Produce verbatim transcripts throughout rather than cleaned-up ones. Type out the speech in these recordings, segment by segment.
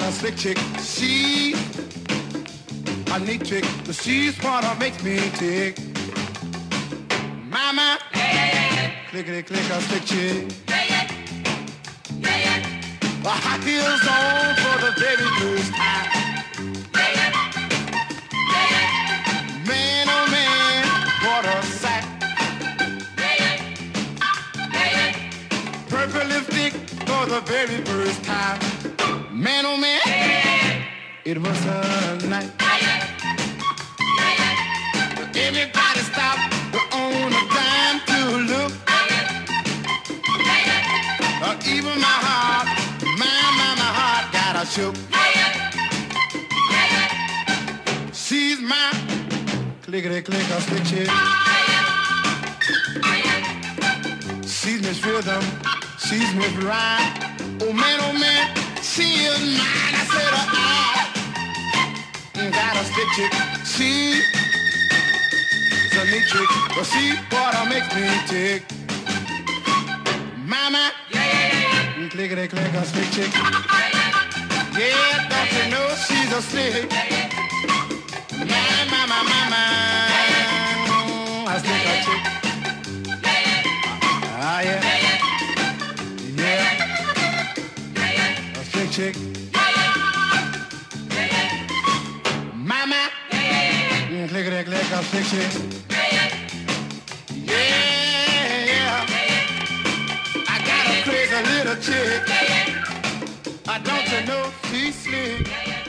a slick chick. She a neat chick, but she's what makes me tick. Mama, yeah, yeah, yeah, yeah. Clickety click a slick chick. Yeah, yeah. Yeah, yeah. The high heels on for the very first time. Yeah, yeah. Yeah, yeah. Man, oh man, what a sight. Yeah, yeah. Yeah, yeah. Purple lipstick for the very first time. Man, oh man, yeah, yeah, yeah. It was a night. Yeah, yeah. Yeah, yeah. Everybody stopped on a dime to look. Yeah, yeah. Yeah, yeah. Uh, even my heart, my, my, my heart got a shook. Yeah, yeah. Yeah, yeah. She's my clickety click a slick chick. Yeah, yeah. Yeah, yeah. She's Miss Rhythm, she's Miss Rhyme. Oh man, oh man, she is mine. I said, uh, uh, got a slick chick. She's a neat chick, but she what makes me tick. Mama, yeah, yeah, yeah, yeah. Clickety click a slick chick. Yeah, yeah. Yeah, don't you know she's a slick? Yeah, yeah. My, my, my, my, my, a slick a chick. Yeah, yeah. Ah, yeah. Yeah, yeah. Yeah. Yeah, yeah. A slick chick. Yeah, yeah. Yeah, yeah. Mama, yeah, yeah, yeah. Clickety click a slick chick. Yeah, yeah. Yeah, yeah. I got a crazy little chick. Yeah, yeah. I don't you know she's slick. Yeah, yeah.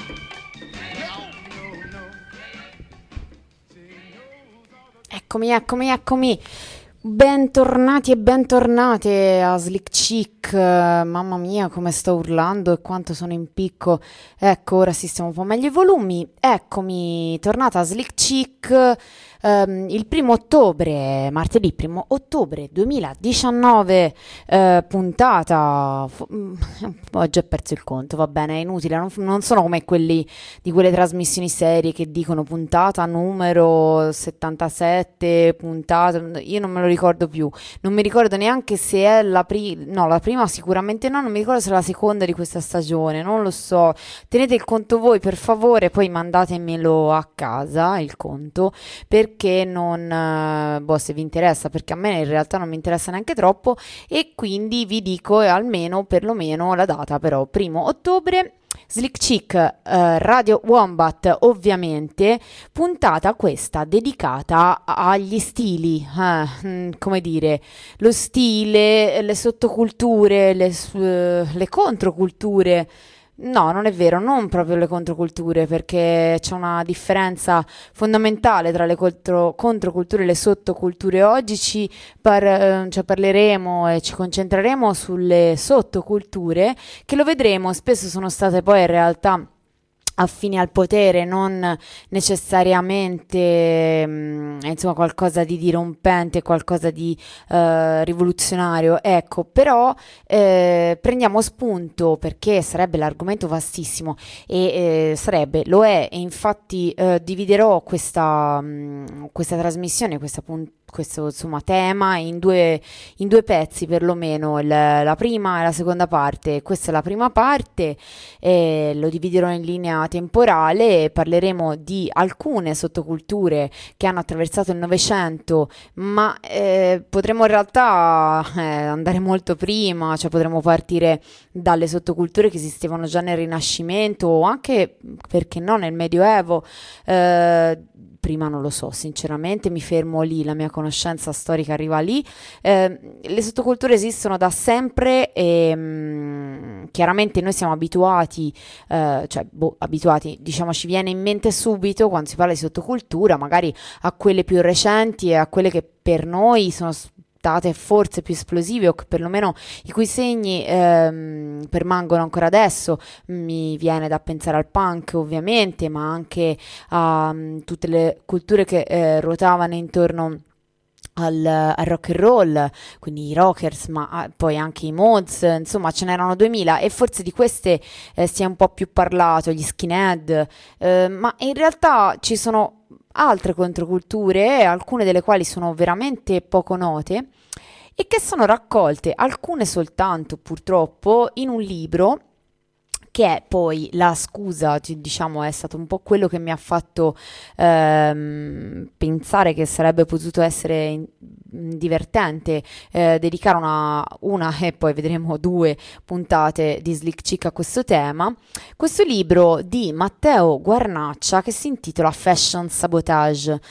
Eccomi, eccomi, eccomi. Bentornati e bentornate a Slick Chick. Mamma mia, come sto urlando e quanto sono in picco. Ecco, ora sistemo un po' meglio i volumi. Eccomi, tornata a Slick Chick. Um, il primo ottobre, martedì primo ottobre duemiladiciannove, eh, puntata, fu- ho già perso il conto, va bene, è inutile, non, non sono come quelli di quelle trasmissioni serie che dicono puntata numero settantasette, puntata, io non me lo ricordo più, non mi ricordo neanche se è la prima, no, la prima sicuramente no, non mi ricordo se è la seconda di questa stagione, non lo so, tenete il conto voi per favore, poi mandatemelo a casa, il conto, per perché non, boh, se vi interessa, perché a me in realtà non mi interessa neanche troppo, e quindi vi dico almeno perlomeno la data, però primo ottobre. Slick Chick, eh, Radio Wombat, ovviamente, puntata questa dedicata agli stili, eh, come dire, lo stile, le sottoculture, le, le controculture. No, non è vero, non proprio le controculture, perché c'è una differenza fondamentale tra le contro, controculture e le sottoculture. Oggi ci par, cioè parleremo e ci concentreremo sulle sottoculture, che lo vedremo, spesso sono state poi in realtà affini al potere, non necessariamente mh, insomma qualcosa di dirompente, qualcosa di eh, rivoluzionario, ecco, però eh, prendiamo spunto, perché sarebbe l'argomento vastissimo e eh, sarebbe, lo è, e infatti eh, dividerò questa, mh, questa trasmissione, questa puntata, questo insomma tema in due, in due pezzi perlomeno, il, la prima e la seconda parte. Questa è la prima parte, eh, lo dividerò in linea temporale e parleremo di alcune sottoculture che hanno attraversato il Novecento, ma eh, potremmo in realtà eh, andare molto prima, cioè potremmo partire dalle sottoculture che esistevano già nel Rinascimento o anche, perché no, nel Medioevo. eh, Prima non lo so, sinceramente mi fermo lì, la mia conoscenza storica arriva lì. Eh, le sottoculture esistono da sempre e mh, chiaramente noi siamo abituati, eh, cioè boh, abituati, diciamo ci viene in mente subito quando si parla di sottocultura, magari a quelle più recenti e a quelle che per noi sono state forse più esplosive, o che perlomeno i cui segni ehm, permangono ancora adesso. Mi viene da pensare al punk ovviamente, ma anche a um, tutte le culture che eh, ruotavano intorno al, al rock and roll, quindi i rockers, ma ah, poi anche i mods, insomma ce n'erano duemila, e forse di queste eh, si è un po' più parlato, gli skinhead, eh, ma in realtà ci sono altre controculture, alcune delle quali sono veramente poco note e che sono raccolte, alcune soltanto purtroppo, in un libro che poi la scusa, diciamo, è stato un po' quello che mi ha fatto ehm, pensare che sarebbe potuto essere in- divertente eh, dedicare una, una e poi vedremo due puntate di Slick Chick a questo tema. Questo libro di Matteo Guarnaccia che si intitola Fashion Sabotage,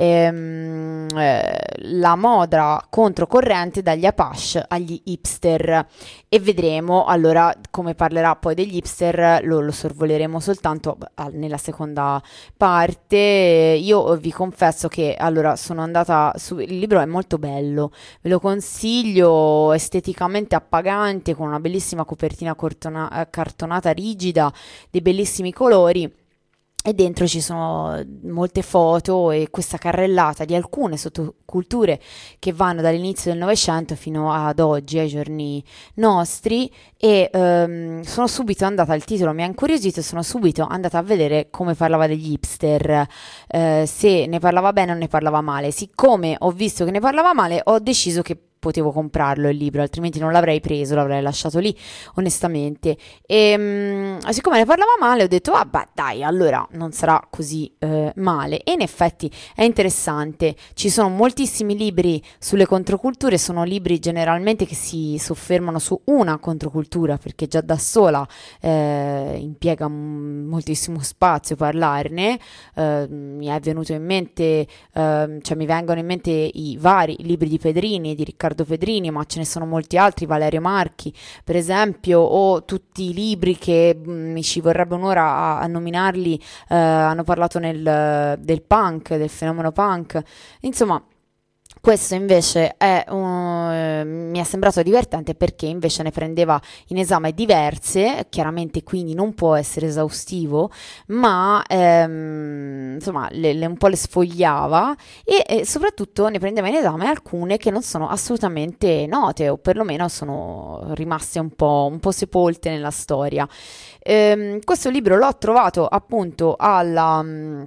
ehm, eh, la moda controcorrente dagli Apache agli hipster, e vedremo allora come parlerà poi degli hipster, lo, lo sorvoleremo soltanto ah, nella seconda parte. Io vi confesso che allora sono andata su, il libro è molto bello, ve lo consiglio, esteticamente appagante, con una bellissima copertina cortona- eh, cartonata rigida, dei bellissimi colori. E dentro ci sono molte foto e questa carrellata di alcune sottoculture che vanno dall'inizio del Novecento fino ad oggi, ai giorni nostri, e ehm, sono subito andata, il titolo mi ha incuriosito e sono subito andata a vedere come parlava degli hipster, eh, se ne parlava bene o ne parlava male. Siccome ho visto che ne parlava male, ho deciso che potevo comprarlo il libro, altrimenti non l'avrei preso, l'avrei lasciato lì, onestamente. E mh, siccome ne parlava male, ho detto, ah beh, dai, allora non sarà così eh, male. E in effetti è interessante, ci sono moltissimi libri sulle controculture, sono libri generalmente che si soffermano su una controcultura, perché già da sola eh, impiega m- moltissimo spazio parlarne. Eh, mi è venuto in mente, eh, cioè mi vengono in mente i vari libri di Pedrini, di Riccardo Pedrini, ma ce ne sono molti altri, Valerio Marchi per esempio, o tutti i libri che mh, mi ci vorrebbe un'ora a, a nominarli, eh, hanno parlato nel, del punk, del fenomeno punk, insomma. Questo invece è un, eh, mi è sembrato divertente perché invece ne prendeva in esame diverse, chiaramente quindi non può essere esaustivo, ma ehm, insomma le, le- un po' le sfogliava e, e soprattutto ne prendeva in esame alcune che non sono assolutamente note o perlomeno sono rimaste un po', un po' sepolte nella storia. Ehm, questo libro l'ho trovato appunto alla... mh,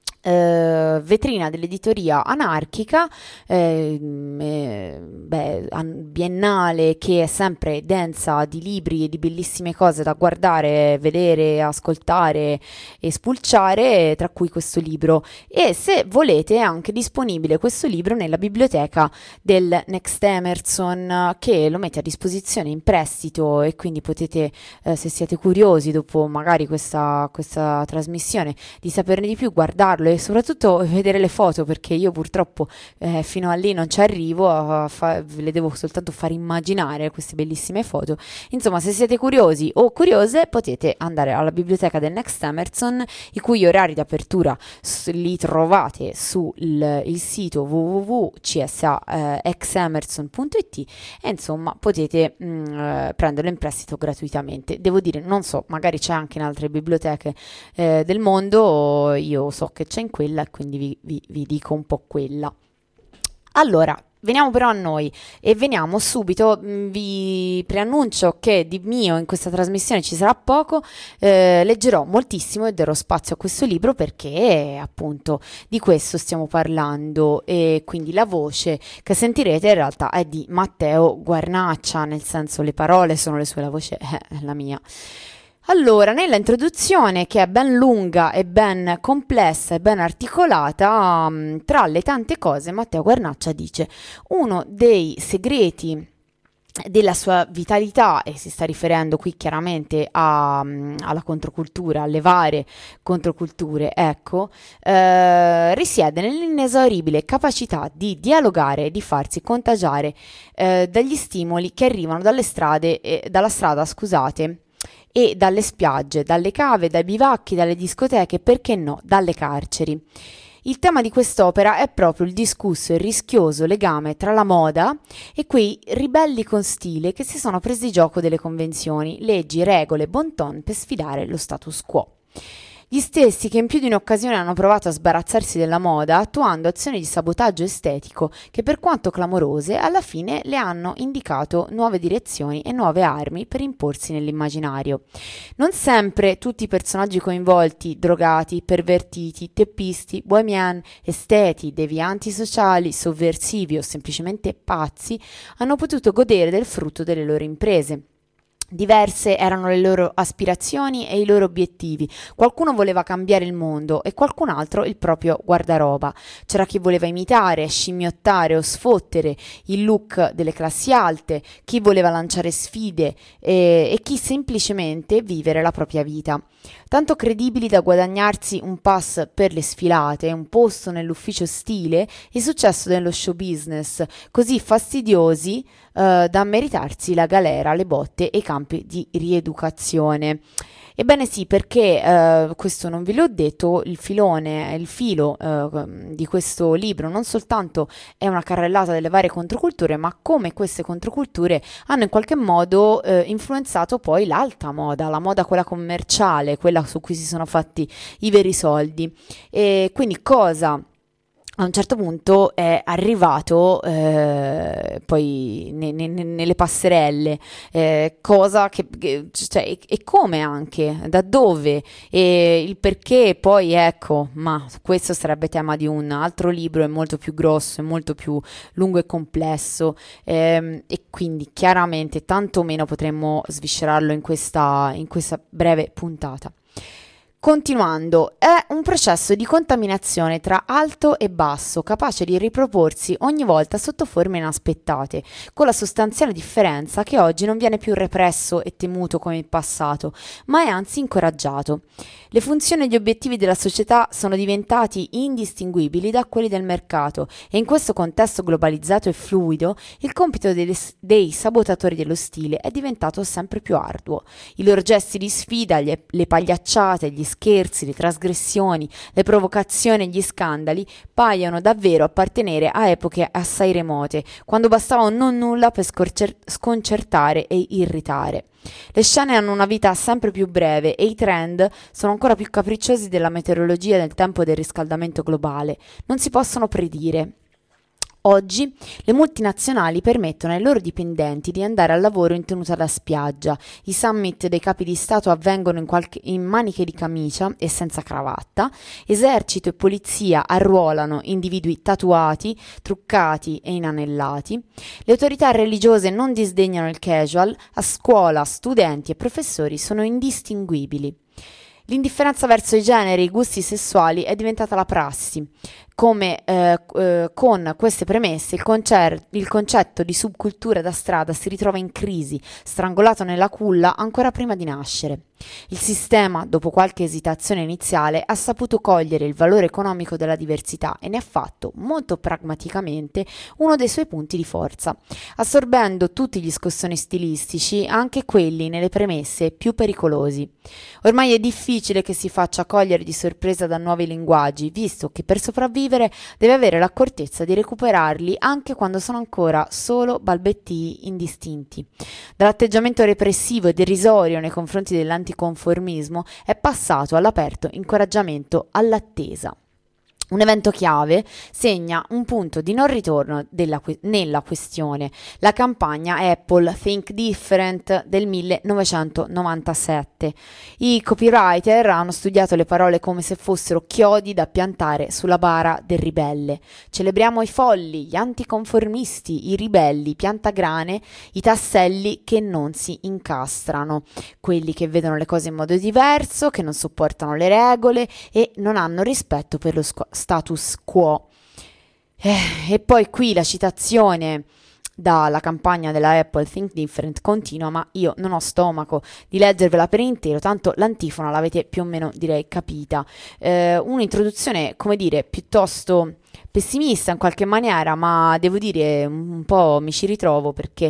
eh, vetrina dell'editoria anarchica, eh, eh, beh, an- biennale, che è sempre densa di libri e di bellissime cose da guardare, vedere, ascoltare e spulciare, tra cui questo libro. E se volete è anche disponibile questo libro nella biblioteca del Next Emerson, che lo mette a disposizione in prestito, e quindi potete, eh, se siete curiosi dopo magari questa, questa trasmissione, di saperne di più, guardarlo e soprattutto vedere le foto, perché io purtroppo eh, fino a lì non ci arrivo, a fa- ve le devo soltanto far immaginare queste bellissime foto. Insomma, se siete curiosi o curiose potete andare alla biblioteca del Next Emerson, i cui orari di apertura s- li trovate sul il sito w w w punto c s a ex emerson punto i t, e insomma potete mh, eh, prenderlo in prestito gratuitamente. Devo dire, non so, magari c'è anche in altre biblioteche eh, del mondo, io so che c'è in quella e quindi vi, vi- vi dico un po' quella. Allora, veniamo però a noi e veniamo subito, mh, vi preannuncio che di mio in questa trasmissione ci sarà poco, eh, leggerò moltissimo e darò spazio a questo libro perché appunto di questo stiamo parlando, e quindi la voce che sentirete in realtà è di Matteo Guarnaccia, nel senso le parole sono le sue, la voce è la mia. Allora, nella introduzione, che è ben lunga e ben complessa e ben articolata, mm, tra le tante cose, Matteo Guarnaccia dice: uno dei segreti della sua vitalità, e si sta riferendo qui chiaramente a, mm, alla controcultura, alle varie controculture, ecco, eh, risiede nell'inesauribile capacità di dialogare e di farsi contagiare eh, dagli stimoli che arrivano dalle strade, eh, dalla strada, scusate, e dalle spiagge, dalle cave, dai bivacchi, dalle discoteche, perché no, dalle carceri. Il tema di quest'opera è proprio il discusso e rischioso legame tra la moda e quei ribelli con stile che si sono presi gioco delle convenzioni, leggi, regole, bon ton per sfidare lo status quo. Gli stessi che in più di un'occasione hanno provato a sbarazzarsi della moda attuando azioni di sabotaggio estetico che, per quanto clamorose, alla fine le hanno indicato nuove direzioni e nuove armi per imporsi nell'immaginario. Non sempre tutti i personaggi coinvolti, drogati, pervertiti, teppisti, bohemian, esteti, devianti sociali, sovversivi o semplicemente pazzi, hanno potuto godere del frutto delle loro imprese. Diverse erano le loro aspirazioni e i loro obiettivi. Qualcuno voleva cambiare il mondo e qualcun altro il proprio guardaroba. C'era chi voleva imitare, scimmiottare o sfottere il look delle classi alte, chi voleva lanciare sfide e, e chi semplicemente vivere la propria vita. Tanto credibili da guadagnarsi un pass per le sfilate, un posto nell'ufficio stile, il successo dello show business, così fastidiosi eh, da meritarsi la galera, le botte e i campi di rieducazione. Ebbene sì, perché eh, questo non ve l'ho detto, il filone, il filo eh, di questo libro non soltanto è una carrellata delle varie controculture, ma come queste controculture hanno in qualche modo eh, influenzato poi l'alta moda, la moda quella commerciale, quella su cui si sono fatti i veri soldi. E quindi cosa a un certo punto è arrivato eh, poi ne- ne- nelle passerelle, eh, cosa che, che- cioè, e, e come anche, da dove e il perché poi ecco, ma questo sarebbe tema di un altro libro, è molto più grosso, è molto più lungo e complesso, ehm, e quindi chiaramente tanto meno potremmo sviscerarlo in questa, in questa breve puntata. Continuando, è un processo di contaminazione tra alto e basso, capace di riproporsi ogni volta sotto forme inaspettate, con la sostanziale differenza che oggi non viene più represso e temuto come in passato, ma è anzi incoraggiato. Le funzioni e gli obiettivi della società sono diventati indistinguibili da quelli del mercato e in questo contesto globalizzato e fluido il compito dei, dei sabotatori dello stile è diventato sempre più arduo. I loro gesti di sfida, le, le pagliacciate, gli scherzi, le trasgressioni, le provocazioni e gli scandali paiono davvero appartenere a epoche assai remote, quando bastava un non nulla per scorcer- sconcertare e irritare. Le scene hanno una vita sempre più breve e i trend sono ancora più capricciosi della meteorologia del tempo del riscaldamento globale. Non si possono predire. Oggi le multinazionali permettono ai loro dipendenti di andare al lavoro in tenuta da spiaggia, i summit dei capi di Stato avvengono in, qualche, in maniche di camicia e senza cravatta, esercito e polizia arruolano individui tatuati, truccati e inanellati, le autorità religiose non disdegnano il casual, a scuola studenti e professori sono indistinguibili. L'indifferenza verso i generi e i gusti sessuali è diventata la prassi. Come eh, eh, con queste premesse il, concer- il concetto di subcultura da strada si ritrova in crisi, strangolato nella culla ancora prima di nascere. Il sistema, dopo qualche esitazione iniziale, ha saputo cogliere il valore economico della diversità e ne ha fatto, molto pragmaticamente, uno dei suoi punti di forza, assorbendo tutti gli scossoni stilistici, anche quelli nelle premesse più pericolosi. Ormai è difficile che si faccia cogliere di sorpresa da nuovi linguaggi, visto che per sopravvivere deve avere l'accortezza di recuperarli anche quando sono ancora solo balbettii indistinti. Dall'atteggiamento repressivo e derisorio nei confronti dell'anticonformismo è passato all'aperto incoraggiamento all'attesa. Un evento chiave segna un punto di non ritorno della, nella questione, la campagna Apple Think Different del millenovecentonovantasette. I copywriter hanno studiato le parole come se fossero chiodi da piantare sulla bara del ribelle. Celebriamo i folli, gli anticonformisti, i ribelli, i piantagrane, i tasselli che non si incastrano, quelli che vedono le cose in modo diverso, che non sopportano le regole e non hanno rispetto per lo squ- status quo. Eh, e poi qui la citazione dalla campagna della Apple Think Different continua, ma io non ho stomaco di leggervela per intero, tanto l'antifona l'avete più o meno direi capita. Eh, un'introduzione, come dire, piuttosto pessimista in qualche maniera, ma devo dire un po' mi ci ritrovo perché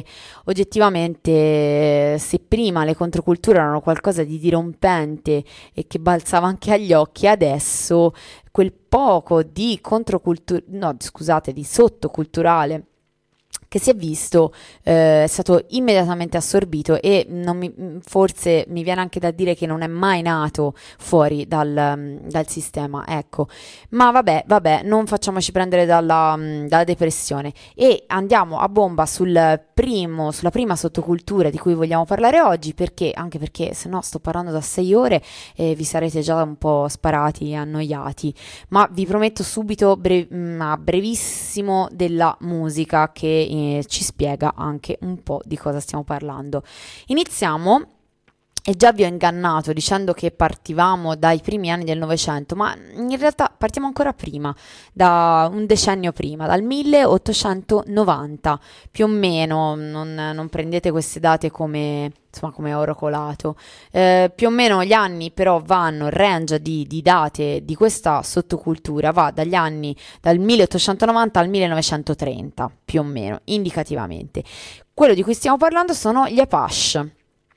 oggettivamente se prima le controculture erano qualcosa di dirompente e che balzava anche agli occhi, adesso quel poco di controcultura, no scusate, di sottoculturale che si è visto eh, è stato immediatamente assorbito e non mi, forse mi viene anche da dire che non è mai nato fuori dal, dal sistema, ecco. Ma vabbè, vabbè, non facciamoci prendere dalla, dalla depressione e andiamo a bomba sul primo, sulla prima sottocultura di cui vogliamo parlare oggi, perché anche perché se no sto parlando da sei ore e vi sarete già un po' sparati e annoiati, ma vi prometto subito bre- a brevissimo della musica che eh, ci spiega anche un po' di cosa stiamo parlando. Iniziamo. E già vi ho ingannato dicendo che partivamo dai primi anni del Novecento, ma in realtà partiamo ancora prima, da un decennio prima, dal milleottocentonovanta, più o meno, non, non prendete queste date come, insomma, come oro colato, eh, più o meno gli anni però vanno, il range di, di date di questa sottocultura va dagli anni dal milleottocentonovanta al millenovecentotrenta, più o meno, indicativamente. Quello di cui stiamo parlando sono gli Apache.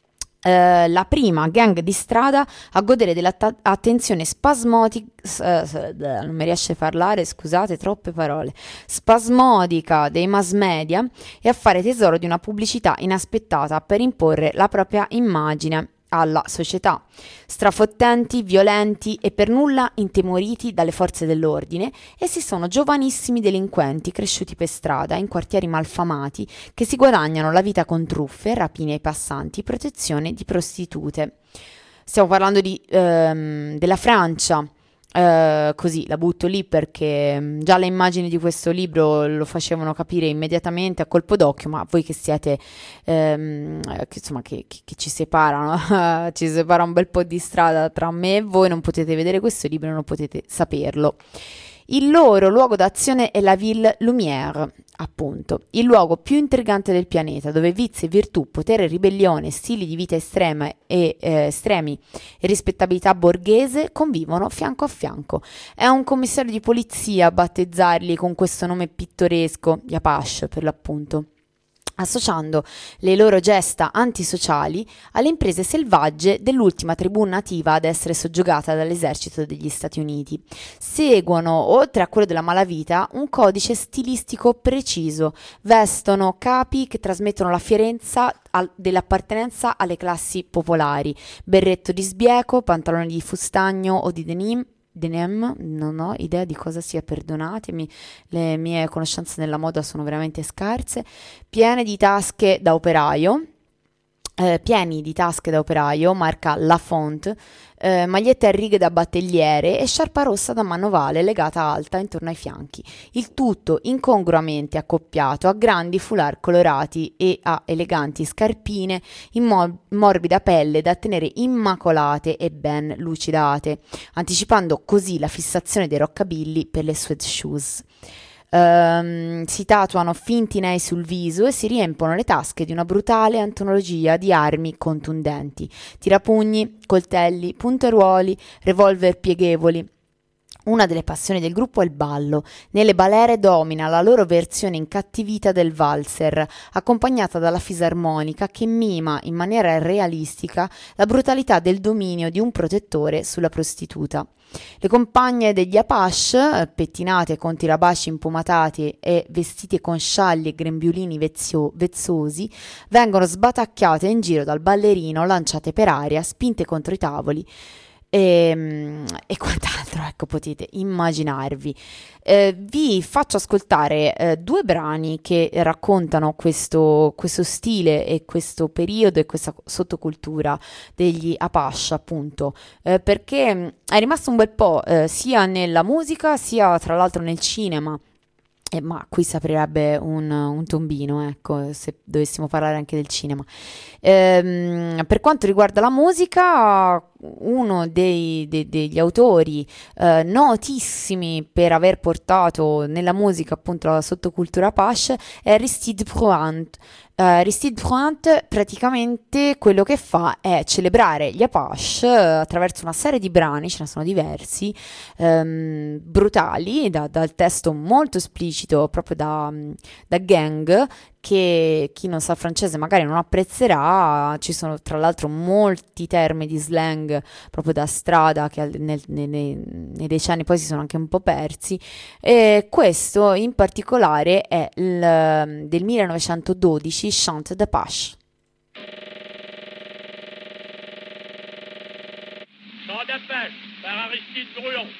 Uh, la prima gang di strada a godere dell'attenzione spasmodica, uh, non mi riesce a parlare, scusate, troppe parole, spasmodica dei mass media e a fare tesoro di una pubblicità inaspettata per imporre la propria immagine alla società. Strafottenti, violenti e per nulla intimoriti dalle forze dell'ordine, essi sono giovanissimi delinquenti cresciuti per strada in quartieri malfamati che si guadagnano la vita con truffe, rapine ai passanti, protezione di prostitute. Stiamo parlando di, ehm, della Francia. Uh, così la butto lì perché già le immagini di questo libro lo facevano capire immediatamente a colpo d'occhio, ma voi che siete um, che, insomma che, che, che ci separano ci separa un bel po' di strada tra me e voi, non potete vedere questo libro, non potete saperlo. Il loro luogo d'azione è la Ville Lumière, appunto, il luogo più intrigante del pianeta, dove vizi e virtù, potere e ribellione, stili di vita estrema e, eh, estremi e rispettabilità borghese convivono fianco a fianco. È un commissario di polizia a battezzarli con questo nome pittoresco, gli Apache per l'appunto, associando le loro gesta antisociali alle imprese selvagge dell'ultima tribù nativa ad essere soggiogata dall'esercito degli Stati Uniti. Seguono, oltre a quello della malavita, un codice stilistico preciso. Vestono capi che trasmettono la fierezza al- dell'appartenenza alle classi popolari, berretto di sbieco, pantaloni di fustagno o di denim, Denim, non ho idea di cosa sia, perdonatemi, le mie conoscenze nella moda sono veramente scarse, piene di tasche da operaio, eh, pieni di tasche da operaio, marca Lafont, eh, magliette a righe da battelliere e sciarpa rossa da manovale legata alta intorno ai fianchi. Il tutto incongruamente accoppiato a grandi foulard colorati e a eleganti scarpine in mo- morbida pelle da tenere immacolate e ben lucidate, anticipando così la fissazione dei rockabilly per le sweat shoes. Um, si tatuano finti nei sul viso e si riempono le tasche di una brutale antologia di armi contundenti, tirapugni, coltelli, punteruoli, revolver pieghevoli. Una delle passioni del gruppo è il ballo. Nelle balere domina la loro versione incattivita del valzer, accompagnata dalla fisarmonica che mima in maniera realistica la brutalità del dominio di un protettore sulla prostituta. Le compagne degli Apache, pettinate con tirabaci impomatati e vestite con scialli e grembiulini vezio- vezzosi, vengono sbatacchiate in giro dal ballerino, lanciate per aria, spinte contro i tavoli e, e quant'altro, ecco, potete immaginarvi. Eh, vi faccio ascoltare eh, due brani che raccontano questo, questo stile e questo periodo e questa sottocultura degli Apache, appunto, eh, perché è rimasto un bel po' eh, sia nella musica sia tra l'altro nel cinema. Eh, ma qui si aprirebbe un, un tombino, ecco, se dovessimo parlare anche del cinema. Ehm, per quanto riguarda la musica, uno dei, dei- degli autori eh, notissimi per aver portato nella musica appunto la sottocultura Apache è Aristide Bruant. Eh, Aristide Bruant praticamente quello che fa è celebrare gli Apache eh, attraverso una serie di brani, ce ne sono diversi, ehm, brutali, da- dal testo molto esplicito, proprio da, da gang, che chi non sa francese magari non apprezzerà. Ci sono tra l'altro molti termini di slang proprio da strada che al- nel- nei, nei- nei decenni poi si sono anche un po' persi, e questo in particolare è il, del millenovecentododici, Chant de Pache. Chant d'Apache par Aristide Bruant.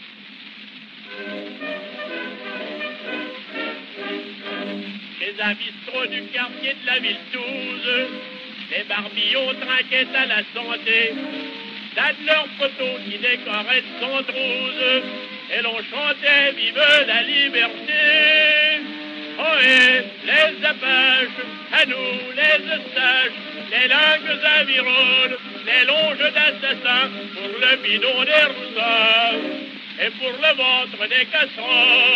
Chez un bistrot du quartier de la ville douze, les barbillons trinquaient à la santé. T'as de leurs photos qui décoraient son trousse, et l'on chantait vive la liberté. Ohé, les Apaches, à nous les Eustaches, les langues aviroles, les longes d'assassins, pour le bidon des roussins et pour le ventre des casseroles.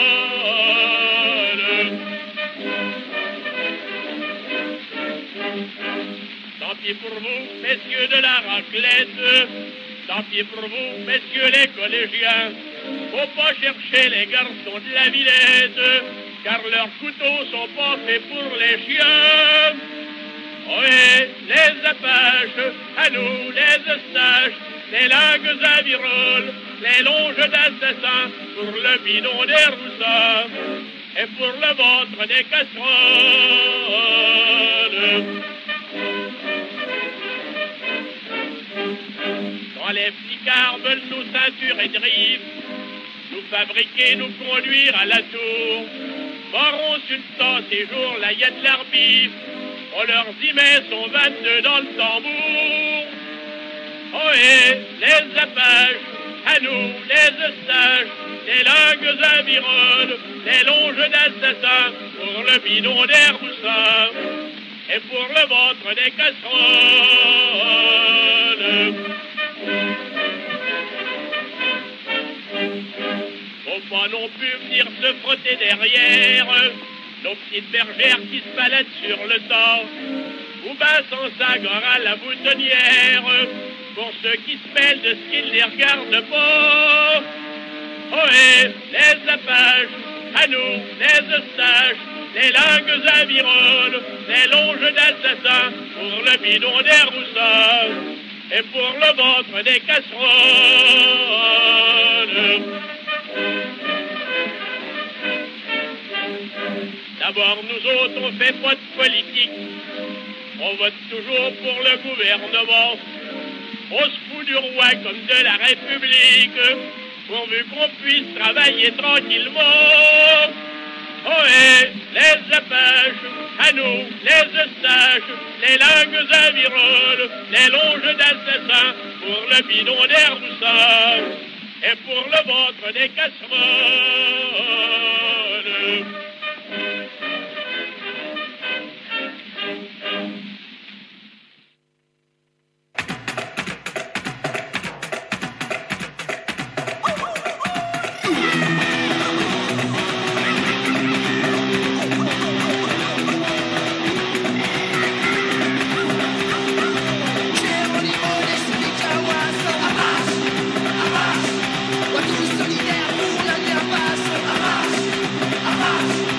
Tant pis pour vous, messieurs de la raclette, tant pis pour vous, messieurs les collégiens, faut pas chercher les garçons de la Villette, car leurs couteaux sont pas faits pour les chiens. Oui, les Apaches, à nous les Eustaches, les langues aviroles, les longes d'assassins, pour le bidon des roussins et pour le ventre des casseroles. Quand les flicards veulent nous ceinturer de rives, nous fabriquer, nous conduire à la tour, barons sur le temps, ces jours-là, y a de l'arbif, on leur y met son vingt-deux dans le tambour. Oh, et les Apaches, à nous les Eustaches, les langues aviroles, les longes d'assassins, pour le bidon des roussins et pour le ventre des casseroles. Faut pas non plus venir se frotter derrière nos petites bergères qui se baladent sur le temps, ou ben sans sagre à la boutonnière, pour ceux qui se mêlent de ce qu'ils les regardent pas. Oh, et les Apaches, à nous les Eustaches, les langues aviroles, les longes d'assassins, pour le bidon des roussins et pour le ventre des casseroles. D'abord, nous autres, on fait pas de politique. On vote toujours pour le gouvernement. On se fout du roi comme de la République, pourvu qu'on puisse travailler tranquillement. Oh, et les Apaches, à nous, les Eustaches, les langues aviroles, les longes d'assassins, pour le bidon des roussins et pour le ventre des casseroles. Solidaire pour la Hamas, Hamas, Hamas.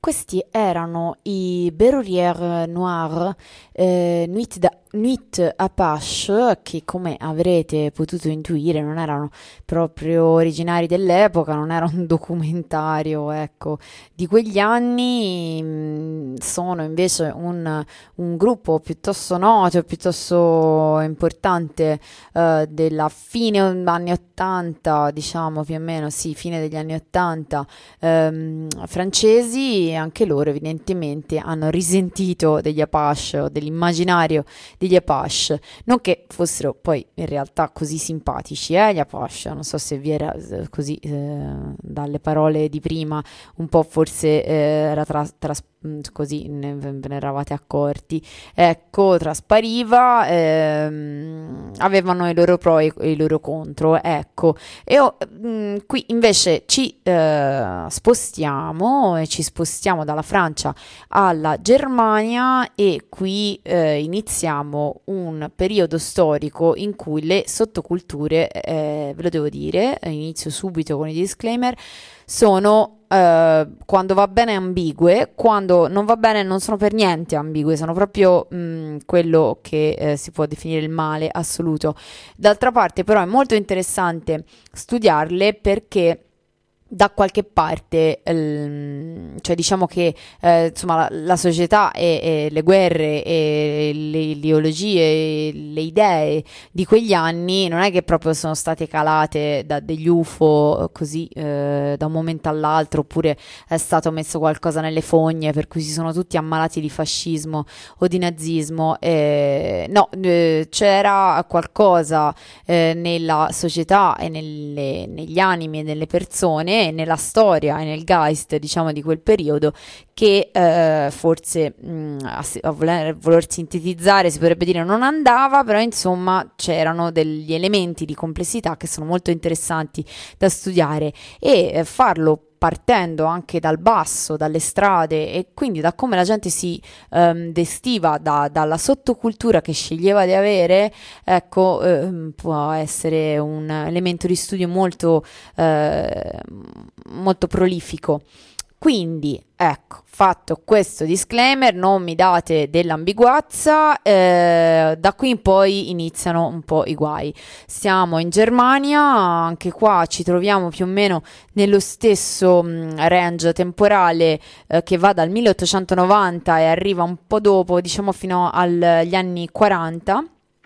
questi erano i Berrurier Noir, eh, Nuit, da, Nuit Apache, che come avrete potuto intuire non erano proprio originari dell'epoca, non era un documentario, ecco, di quegli anni. Mh, sono invece un, un gruppo piuttosto noto e piuttosto importante eh, della fine anni ottanta, diciamo più o meno, sì, fine degli anni ottanta, ehm, francesi. Anche loro evidentemente hanno risentito degli Apache o dell'immaginario degli Apache, non che fossero poi in realtà così simpatici, eh, gli Apache, non so se vi era eh, così eh, dalle parole di prima un po' forse eh, era tra, tras- così ne, ve ne eravate accorti, ecco, traspariva, ehm, avevano i loro pro e i loro contro, ecco. E oh, mh, qui invece ci eh, spostiamo e ci spostiamo dalla Francia alla Germania, e qui eh, iniziamo un periodo storico in cui le sottoculture, eh, ve lo devo dire, inizio subito con i disclaimer, sono Uh, quando va bene ambigue, quando non va bene non sono per niente ambigue, sono proprio mh, quello che eh, si può definire il male assoluto. D'altra parte però è molto interessante studiarle, perché da qualche parte, ehm, cioè diciamo che eh, insomma la, la società e, e le guerre e le ideologie e le idee di quegli anni non è che proprio sono state calate da degli U F O così eh, da un momento all'altro, oppure è stato messo qualcosa nelle fogne per cui si sono tutti ammalati di fascismo o di nazismo. Eh, no, eh, c'era qualcosa eh, nella società e nelle, negli animi e nelle persone, nella storia e nel geist, diciamo, di quel periodo, che eh, forse mh, a, a voler, voler sintetizzare si potrebbe dire non andava, però insomma c'erano degli elementi di complessità che sono molto interessanti da studiare, e eh, farlo partendo anche dal basso, dalle strade, e quindi da come la gente si um, vestiva, da, dalla sottocultura che sceglieva di avere, ecco, um, può essere un elemento di studio molto, uh, molto prolifico. Quindi, ecco, fatto questo disclaimer, non mi date dell'ambiguezza, eh, da qui in poi iniziano un po' i guai. Siamo in Germania, anche qua ci troviamo più o meno nello stesso mh, range temporale eh, che va dal milleottocentonovanta e arriva un po' dopo, diciamo fino agli anni quaranta.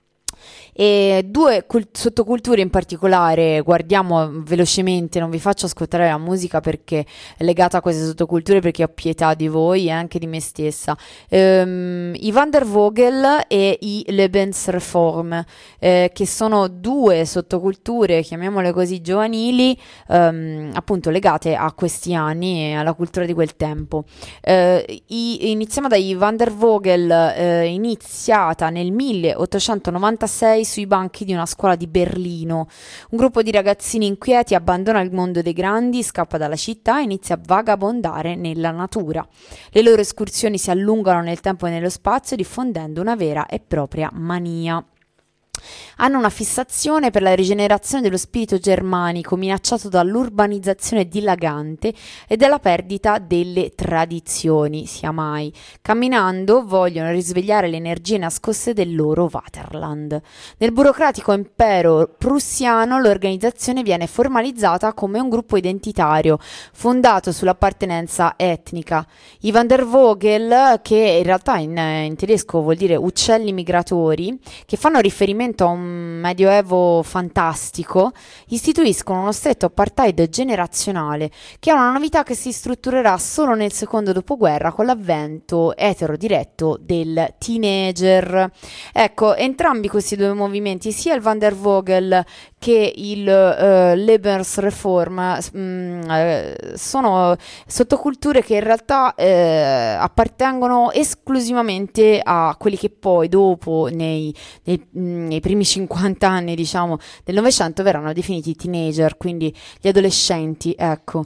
E due cult- sottoculture in particolare, guardiamo velocemente, non vi faccio ascoltare la musica perché è legata a queste sottoculture, perché ho pietà di voi e anche di me stessa. Ehm, i Van der Vogel e i Lebensreform, eh, che sono due sottoculture, chiamiamole così, giovanili, ehm, appunto legate a questi anni e alla cultura di quel tempo. Eh, i, iniziamo dai Van der Vogel, eh, iniziata nel milleottocentonovantasei sui banchi di una scuola di Berlino. Un gruppo di ragazzini inquieti abbandona il mondo dei grandi, scappa dalla città e inizia a vagabondare nella natura. Le loro escursioni si allungano nel tempo e nello spazio, diffondendo una vera e propria mania. Hanno una fissazione per la rigenerazione dello spirito germanico, minacciato dall'urbanizzazione dilagante e dalla perdita delle tradizioni, sia mai. Camminando vogliono risvegliare le energie nascoste del loro Vaterland. Nel burocratico impero prussiano l'organizzazione viene formalizzata come un gruppo identitario, fondato sull'appartenenza etnica. I Van der Vogel, che in realtà in, in tedesco vuol dire uccelli migratori, che fanno riferimento a un medioevo fantastico, istituiscono uno stretto apartheid generazionale, che è una novità che si strutturerà solo nel secondo dopoguerra con l'avvento eterodiretto del teenager. Ecco, entrambi questi due movimenti, sia il Van der Vogel che il uh, Lebensreform, mh, eh, sono sottoculture che in realtà eh, appartengono esclusivamente a quelli che poi dopo nei, nei, nei nei primi cinquanta anni, diciamo, del Novecento verranno definiti teenager, quindi gli adolescenti, ecco.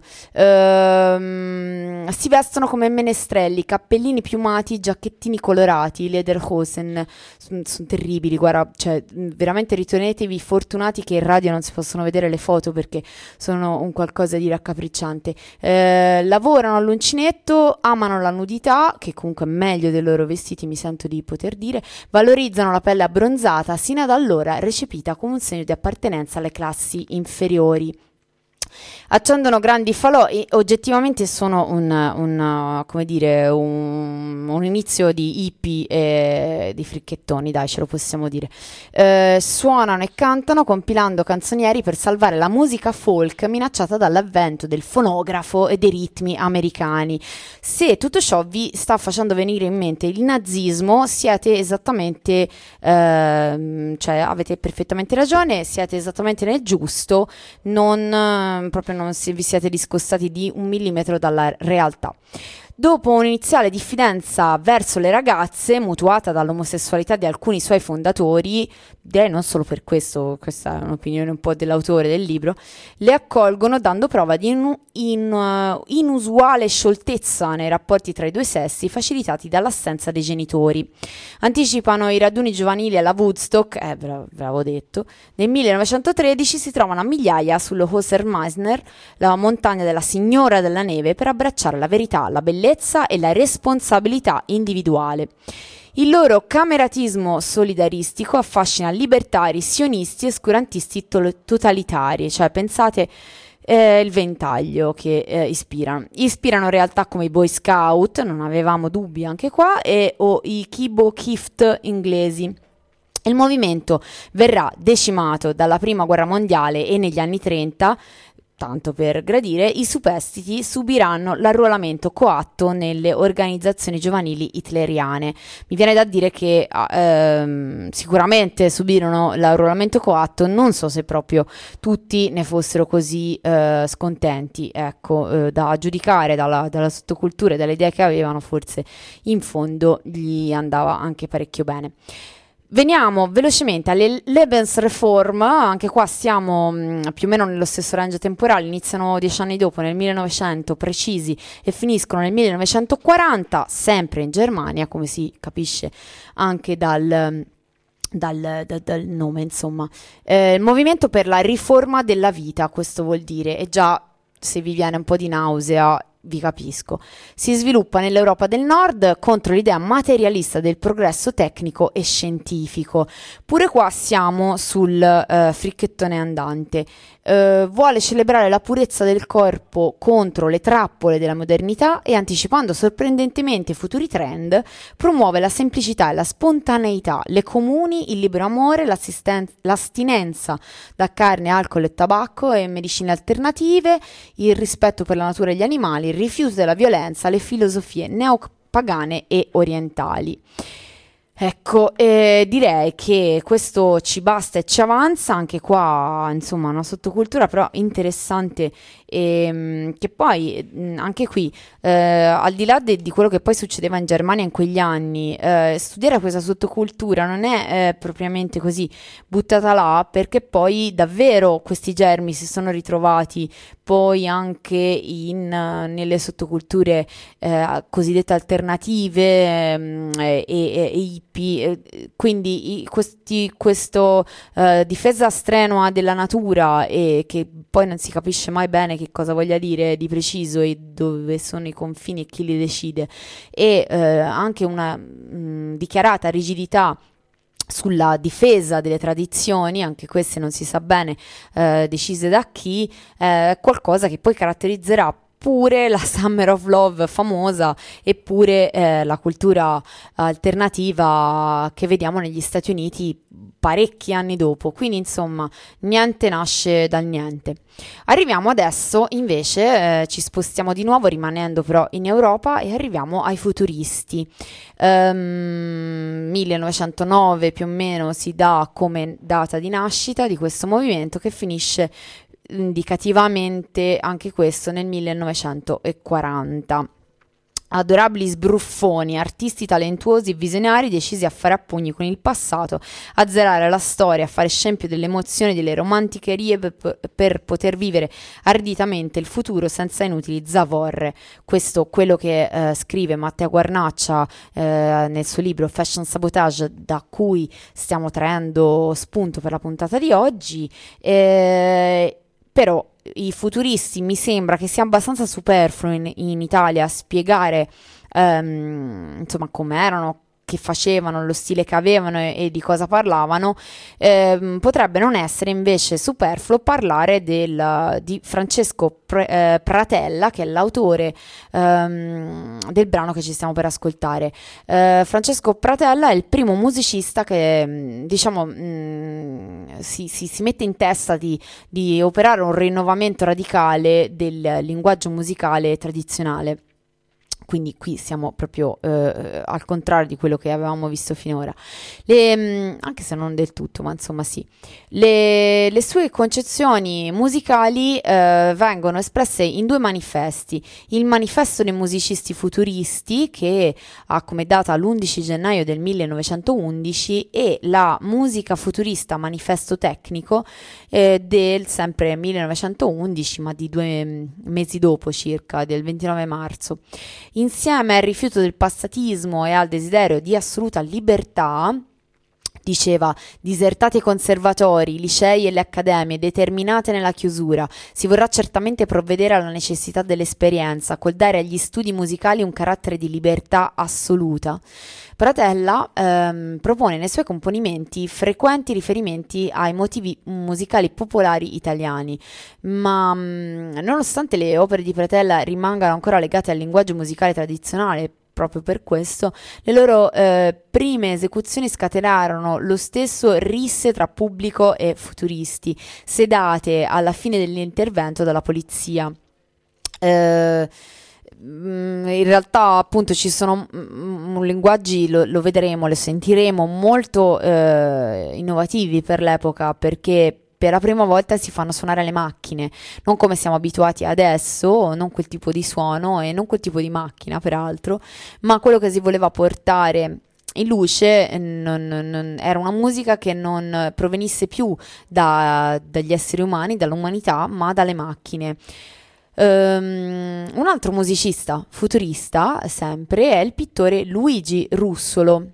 Ehm, si vestono come menestrelli, cappellini piumati, giacchettini colorati, lederhosen, sono son terribili, guarda, cioè veramente ritenetevi fortunati che in radio non si possono vedere le foto perché sono un qualcosa di raccapricciante. Eh, lavorano all'uncinetto, amano la nudità, che comunque è meglio dei loro vestiti, mi sento di poter dire, valorizzano la pelle abbronzata, sino ad allora recepita come un segno di appartenenza alle classi inferiori. Accendono grandi falò e oggettivamente sono un, un, come dire, un, un inizio di hippie e di fricchettoni, dai, ce lo possiamo dire. Eh, suonano e cantano compilando canzonieri per salvare la musica folk minacciata dall'avvento del fonografo e dei ritmi americani. Se tutto ciò vi sta facendo venire in mente il nazismo, siete esattamente, eh, cioè avete perfettamente ragione, siete esattamente nel giusto, non proprio non si, vi siete discostati di un millimetro dalla realtà. Dopo un'iniziale diffidenza verso le ragazze, mutuata dall'omosessualità di alcuni suoi fondatori, direi non solo per questo, questa è un'opinione un po' dell'autore del libro, le accolgono dando prova di in, in, uh, inusuale scioltezza nei rapporti tra i due sessi, facilitati dall'assenza dei genitori. Anticipano i raduni giovanili alla Woodstock, eh, ve l'avevo detto, nel millenovecentotredici si trovano a migliaia sullo Hoser Meisner, la montagna della signora della neve, per abbracciare la verità, la bellezza e la responsabilità individuale. Il loro cameratismo solidaristico affascina libertari, sionisti e scurantisti to- totalitari, cioè pensate eh, il ventaglio che eh, ispirano. Ispirano realtà come i Boy Scout, non avevamo dubbi anche qua, e o i Kibo Kift inglesi. Il movimento verrà decimato dalla prima guerra mondiale e negli anni trenta, tanto per gradire, i superstiti subiranno l'arruolamento coatto nelle organizzazioni giovanili hitleriane. Mi viene da dire che ehm, sicuramente subirono l'arruolamento coatto, non so se proprio tutti ne fossero così eh, scontenti, ecco, eh, da giudicare dalla, dalla sottocultura e dalle idee che avevano, forse in fondo gli andava anche parecchio bene. Veniamo velocemente alle Lebensreform, anche qua siamo mh, più o meno nello stesso range temporale, iniziano dieci anni dopo, nel millenovecento precisi, e finiscono nel millenovecentoquaranta, sempre in Germania, come si capisce anche dal, dal, dal, dal nome, insomma. Eh, il movimento per la riforma della vita, questo vuol dire, e già se vi viene un po' di nausea, vi capisco. Si sviluppa nell'Europa del Nord contro l'idea materialista del progresso tecnico e scientifico. Pure qua siamo sul uh, fricchettone andante. Uh, vuole celebrare la purezza del corpo contro le trappole della modernità e, anticipando sorprendentemente futuri trend, promuove la semplicità e la spontaneità, le comuni, il libero amore, l'astinenza da carne, alcol e tabacco e medicine alternative, il rispetto per la natura e gli animali, il rifiuto della violenza, le filosofie neopagane e orientali. Ecco, eh, direi che questo ci basta e ci avanza, anche qua, insomma, una sottocultura però interessante, e che poi mh, anche qui, eh, al di là de, di quello che poi succedeva in Germania in quegli anni, eh, studiare questa sottocultura non è eh, propriamente così buttata là, perché poi davvero questi germi si sono ritrovati poi anche in, nelle sottoculture eh, cosiddette alternative mh, e, e, e hippie, quindi i, questi, questo eh, difesa strenua della natura, e che poi non si capisce mai bene che cosa voglia dire di preciso e dove sono i confini e chi li decide, e eh, anche una mh, dichiarata rigidità sulla difesa delle tradizioni, anche queste non si sa bene eh, decise da chi, eh, qualcosa che poi caratterizzerà pure la Summer of Love famosa, eppure eh, la cultura alternativa che vediamo negli Stati Uniti parecchi anni dopo. Quindi insomma niente nasce dal niente. Arriviamo adesso invece, eh, ci spostiamo di nuovo rimanendo però in Europa, e arriviamo ai futuristi. um, millenovecentonove più o meno si dà come data di nascita di questo movimento, che finisce indicativamente anche questo nel millenovecentoquaranta. Adorabili sbruffoni, artisti talentuosi e visionari decisi a fare a pugni con il passato, a zerare la storia, a fare scempio delle emozioni, delle romanticherie per, per poter vivere arditamente il futuro senza inutili zavorre. Questo quello che eh, scrive Matteo Guarnaccia eh, nel suo libro Fashion Sabotage, da cui stiamo traendo spunto per la puntata di oggi. Eh, però i futuristi mi sembra che sia abbastanza superfluo in, in Italia spiegare ehm, insomma com'erano, che facevano, lo stile che avevano e, e di cosa parlavano. Ehm, potrebbe non essere invece superfluo parlare del, di Francesco Pre, eh, Pratella, che è l'autore ehm, del brano che ci stiamo per ascoltare. Eh, Francesco Pratella è il primo musicista che diciamo mh, si, si, si mette in testa di, di operare un rinnovamento radicale del linguaggio musicale tradizionale. Quindi qui siamo proprio eh, al contrario di quello che avevamo visto finora, le, mh, anche se non del tutto, ma insomma sì. Le, le sue concezioni musicali eh, vengono espresse in due manifesti: il manifesto dei musicisti futuristi, che ha come data l'undici gennaio del millenovecentoundici, e la musica futurista manifesto tecnico eh, del sempre millenovecentoundici, ma di due mesi dopo circa, del ventinove marzo. Insieme al rifiuto del passatismo e al desiderio di assoluta libertà, diceva, disertate i conservatori, i licei e le accademie, determinate nella chiusura, si vorrà certamente provvedere alla necessità dell'esperienza, col dare agli studi musicali un carattere di libertà assoluta. Pratella ehm, propone nei suoi componimenti frequenti riferimenti ai motivi musicali popolari italiani, ma mh, nonostante le opere di Pratella rimangano ancora legate al linguaggio musicale tradizionale, proprio per questo, le loro eh, prime esecuzioni scatenarono lo stesso risse tra pubblico e futuristi, sedate alla fine dell'intervento dalla polizia. Eh, in realtà appunto ci sono mm, linguaggi, lo, lo vedremo, lo sentiremo, molto eh, innovativi per l'epoca, perché per la prima volta si fanno suonare le macchine, non come siamo abituati adesso, non quel tipo di suono e non quel tipo di macchina peraltro, ma quello che si voleva portare in luce non, non, era una musica che non provenisse più da, dagli esseri umani, dall'umanità, ma dalle macchine. Um, un altro musicista futurista sempre è il pittore Luigi Russolo,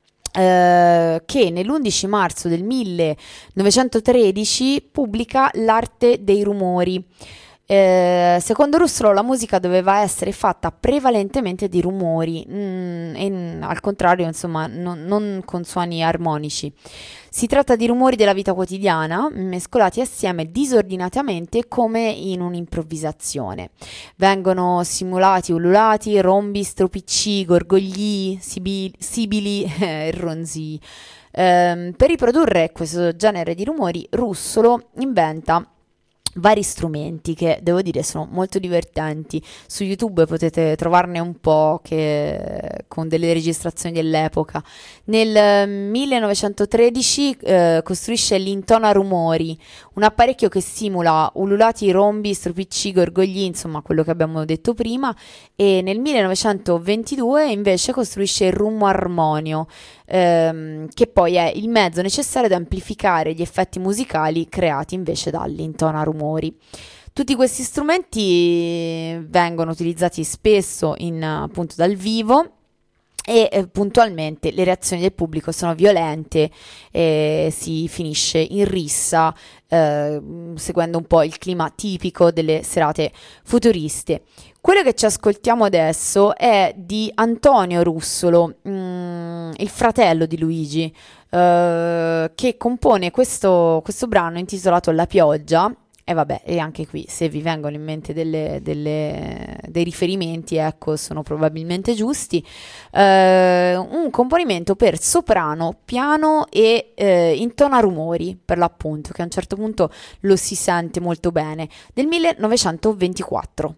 Uh, che nell'undici marzo del millenovecentotredici pubblica L'arte dei rumori. Uh, secondo Russolo la musica doveva essere fatta prevalentemente di rumori, mm, e al contrario, insomma, non, non con suoni armonici. Si tratta di rumori della vita quotidiana, mescolati assieme disordinatamente come in un'improvvisazione. Vengono simulati ululati, rombi, stropicci, gorgogli, sibili, sibili e ronzii. Ehm, per riprodurre questo genere di rumori, Russolo inventa vari strumenti che devo dire sono molto divertenti. Su YouTube potete trovarne un po' che, con delle registrazioni dell'epoca. Nel millenovecentotredici eh, costruisce l'Intona Rumori, un apparecchio che simula ululati, rombi, stropicci, gorgogli, insomma quello che abbiamo detto prima, e nel millenovecentoventidue invece costruisce il Rummo Armonio, ehm, che poi è il mezzo necessario ad amplificare gli effetti musicali creati invece dall'Intona Rumori. Tutti questi strumenti vengono utilizzati spesso in, appunto dal vivo, e eh, puntualmente le reazioni del pubblico sono violente e si finisce in rissa, eh, seguendo un po' il clima tipico delle serate futuriste. Quello che ci ascoltiamo adesso è di Antonio Russolo, mm, il fratello di Luigi, eh, che compone questo, questo brano intitolato La pioggia. E vabbè, e anche qui, se vi vengono in mente delle, delle, dei riferimenti, ecco, sono probabilmente giusti. Eh, un componimento per soprano, piano e eh, intonarumori, per l'appunto, che a un certo punto lo si sente molto bene, del millenovecentoventiquattro.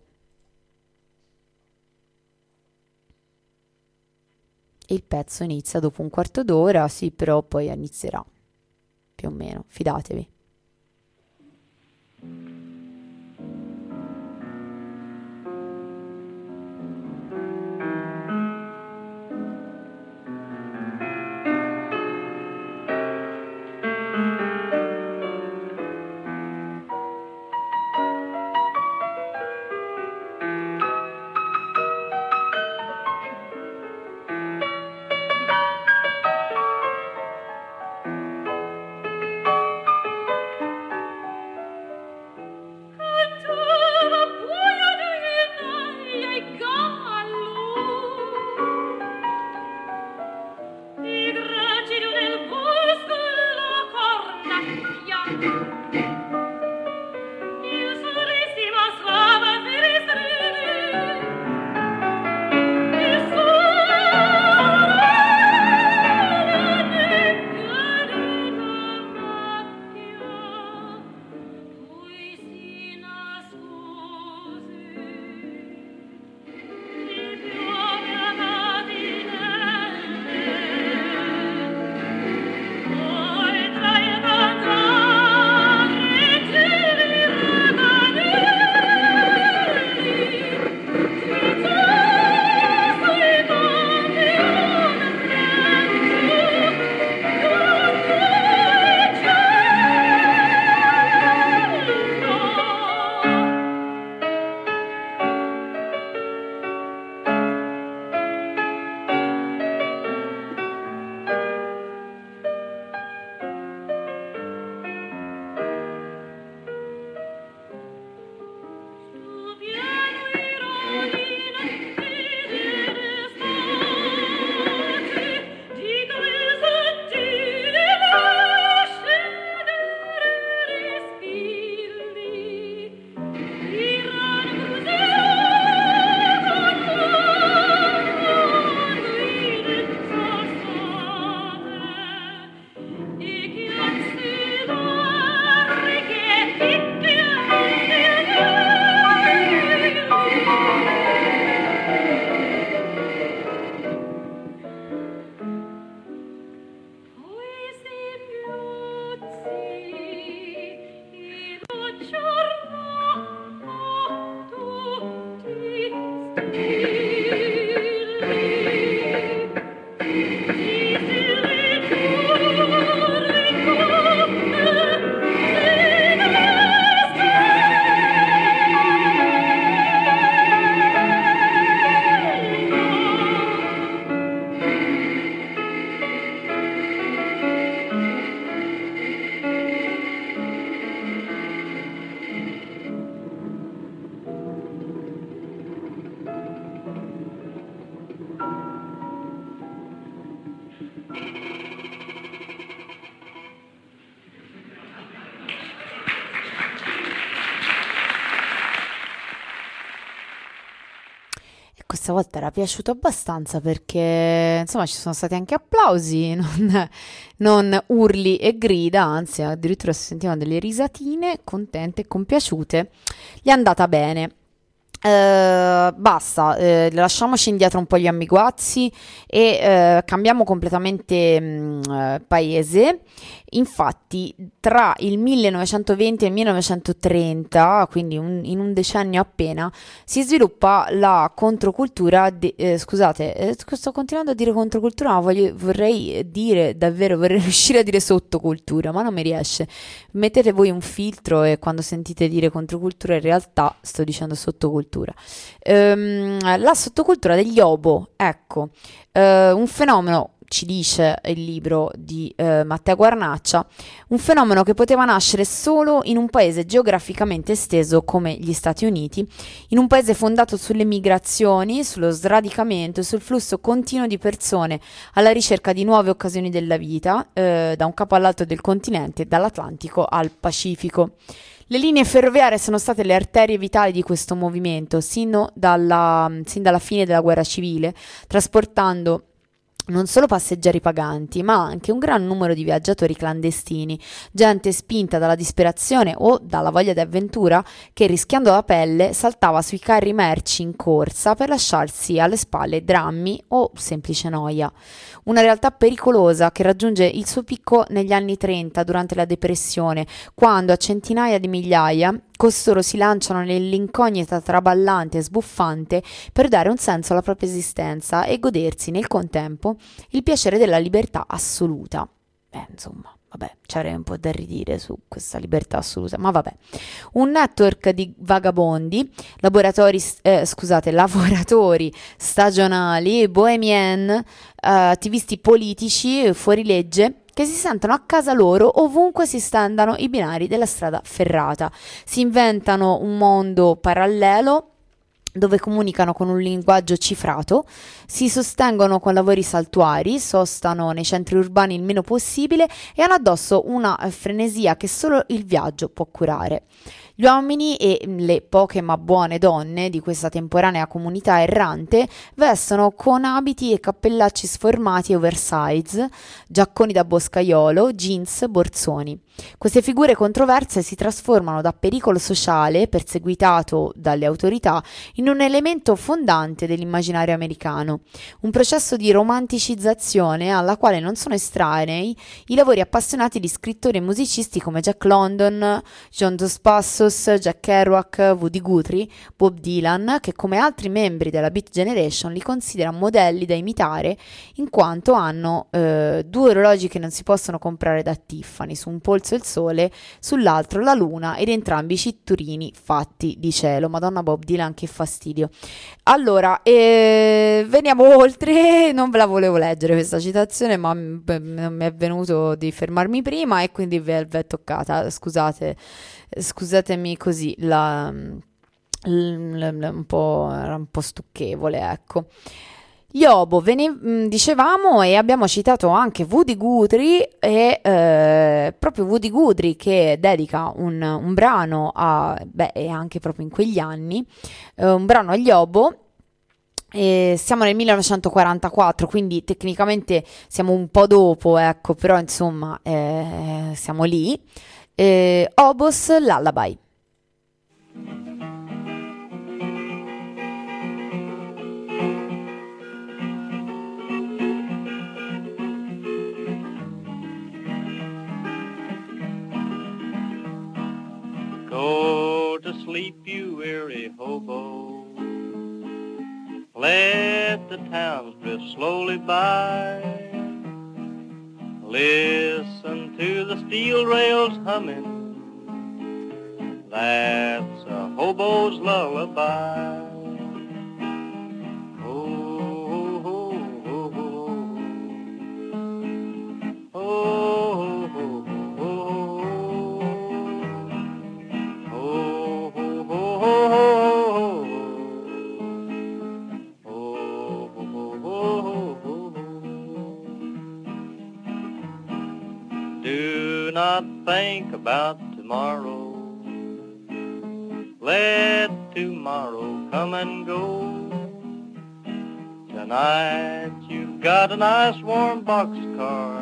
Il pezzo inizia dopo un quarto d'ora, sì, però poi inizierà, più o meno, fidatevi. Questa volta era piaciuto abbastanza perché insomma ci sono stati anche applausi, non, non urli e grida, anzi addirittura si sentivano delle risatine contente, compiaciute. Gli è andata bene. Uh, basta, uh, lasciamoci indietro un po' gli ambiguazzi e uh, cambiamo completamente um, uh, paese. Infatti tra il millenovecentoventi e il millenovecentotrenta, quindi un, in un decennio appena, si sviluppa la controcultura de- eh, scusate, eh, sto continuando a dire controcultura, ma voglio, vorrei dire davvero, vorrei riuscire a dire sottocultura, ma non mi riesce. Mettete voi un filtro e quando sentite dire controcultura in realtà sto dicendo sottocultura. Ehm, la sottocultura degli obo, ecco, eh, un fenomeno, ci dice il libro di eh, Matteo Guarnaccia, un fenomeno che poteva nascere solo in un paese geograficamente esteso come gli Stati Uniti, in un paese fondato sulle migrazioni, sullo sradicamento e sul flusso continuo di persone alla ricerca di nuove occasioni della vita, eh, da un capo all'altro del continente, dall'Atlantico al Pacifico. Le linee ferroviarie sono state le arterie vitali di questo movimento sino dalla, sin dalla fine della guerra civile, trasportando non solo passeggeri paganti, ma anche un gran numero di viaggiatori clandestini, gente spinta dalla disperazione o dalla voglia di avventura che, rischiando la pelle, saltava sui carri merci in corsa per lasciarsi alle spalle drammi o semplice noia. Una realtà pericolosa che raggiunge il suo picco negli anni trenta durante la depressione, quando a centinaia di migliaia costoro si lanciano nell'incognita traballante e sbuffante per dare un senso alla propria esistenza e godersi nel contempo il piacere della libertà assoluta. Beh, insomma, vabbè, c'avrei un po' da ridire su questa libertà assoluta, ma vabbè. Un network di vagabondi, laboratori, eh, scusate, lavoratori stagionali, bohemien, eh, attivisti politici, fuorilegge, che si sentono a casa loro ovunque si stendano i binari della strada ferrata. Si inventano un mondo parallelo dove comunicano con un linguaggio cifrato, si sostengono con lavori saltuari, sostano nei centri urbani il meno possibile e hanno addosso una frenesia che solo il viaggio può curare. Gli uomini e le poche ma buone donne di questa temporanea comunità errante vestono con abiti e cappellacci sformati e oversize, giacconi da boscaiolo, jeans, borsoni. Queste figure controverse si trasformano da pericolo sociale, perseguitato dalle autorità, in un elemento fondante dell'immaginario americano, un processo di romanticizzazione alla quale non sono estranei i lavori appassionati di scrittori e musicisti come Jack London, John Dos Passos, Jack Kerouac, Woody Guthrie, Bob Dylan, che come altri membri della Beat Generation li considera modelli da imitare in quanto hanno eh, due orologi che non si possono comprare da Tiffany, su un polso il sole, sull'altro la luna ed entrambi cinturini fatti di cielo. Madonna, Bob Dylan, che fastidio. Allora, eh, veniamo oltre, non ve la volevo leggere questa citazione, ma m- m- mi è venuto di fermarmi prima e quindi ve l'è toccata, scusate, scusatemi così, la, l- l- un po', era un po' stucchevole, ecco. Yobo, ve ne mh, dicevamo e abbiamo citato anche Woody Guthrie e eh, proprio Woody Guthrie che dedica un, un brano a, beh, e anche proprio in quegli anni, eh, un brano agli Yobo. E siamo nel millenovecentoquarantaquattro, quindi tecnicamente siamo un po' dopo, ecco, però insomma eh, siamo lì. Eh, Obos Lullaby. Go to sleep, you weary hobo. Let the towns drift slowly by. Listen to the steel rails humming. That's a hobo's lullaby. Oh, oh, oh, oh, oh, oh, do not think about tomorrow. Let tomorrow come and go. Tonight you've got a nice warm boxcar,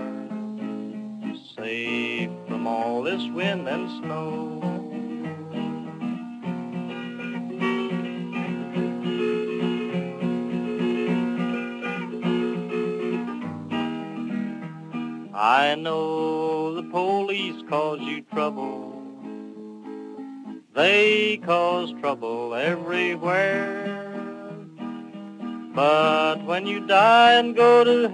safe from all this wind and snow. I know the police cause you trouble. They cause trouble everywhere. But when you die and go to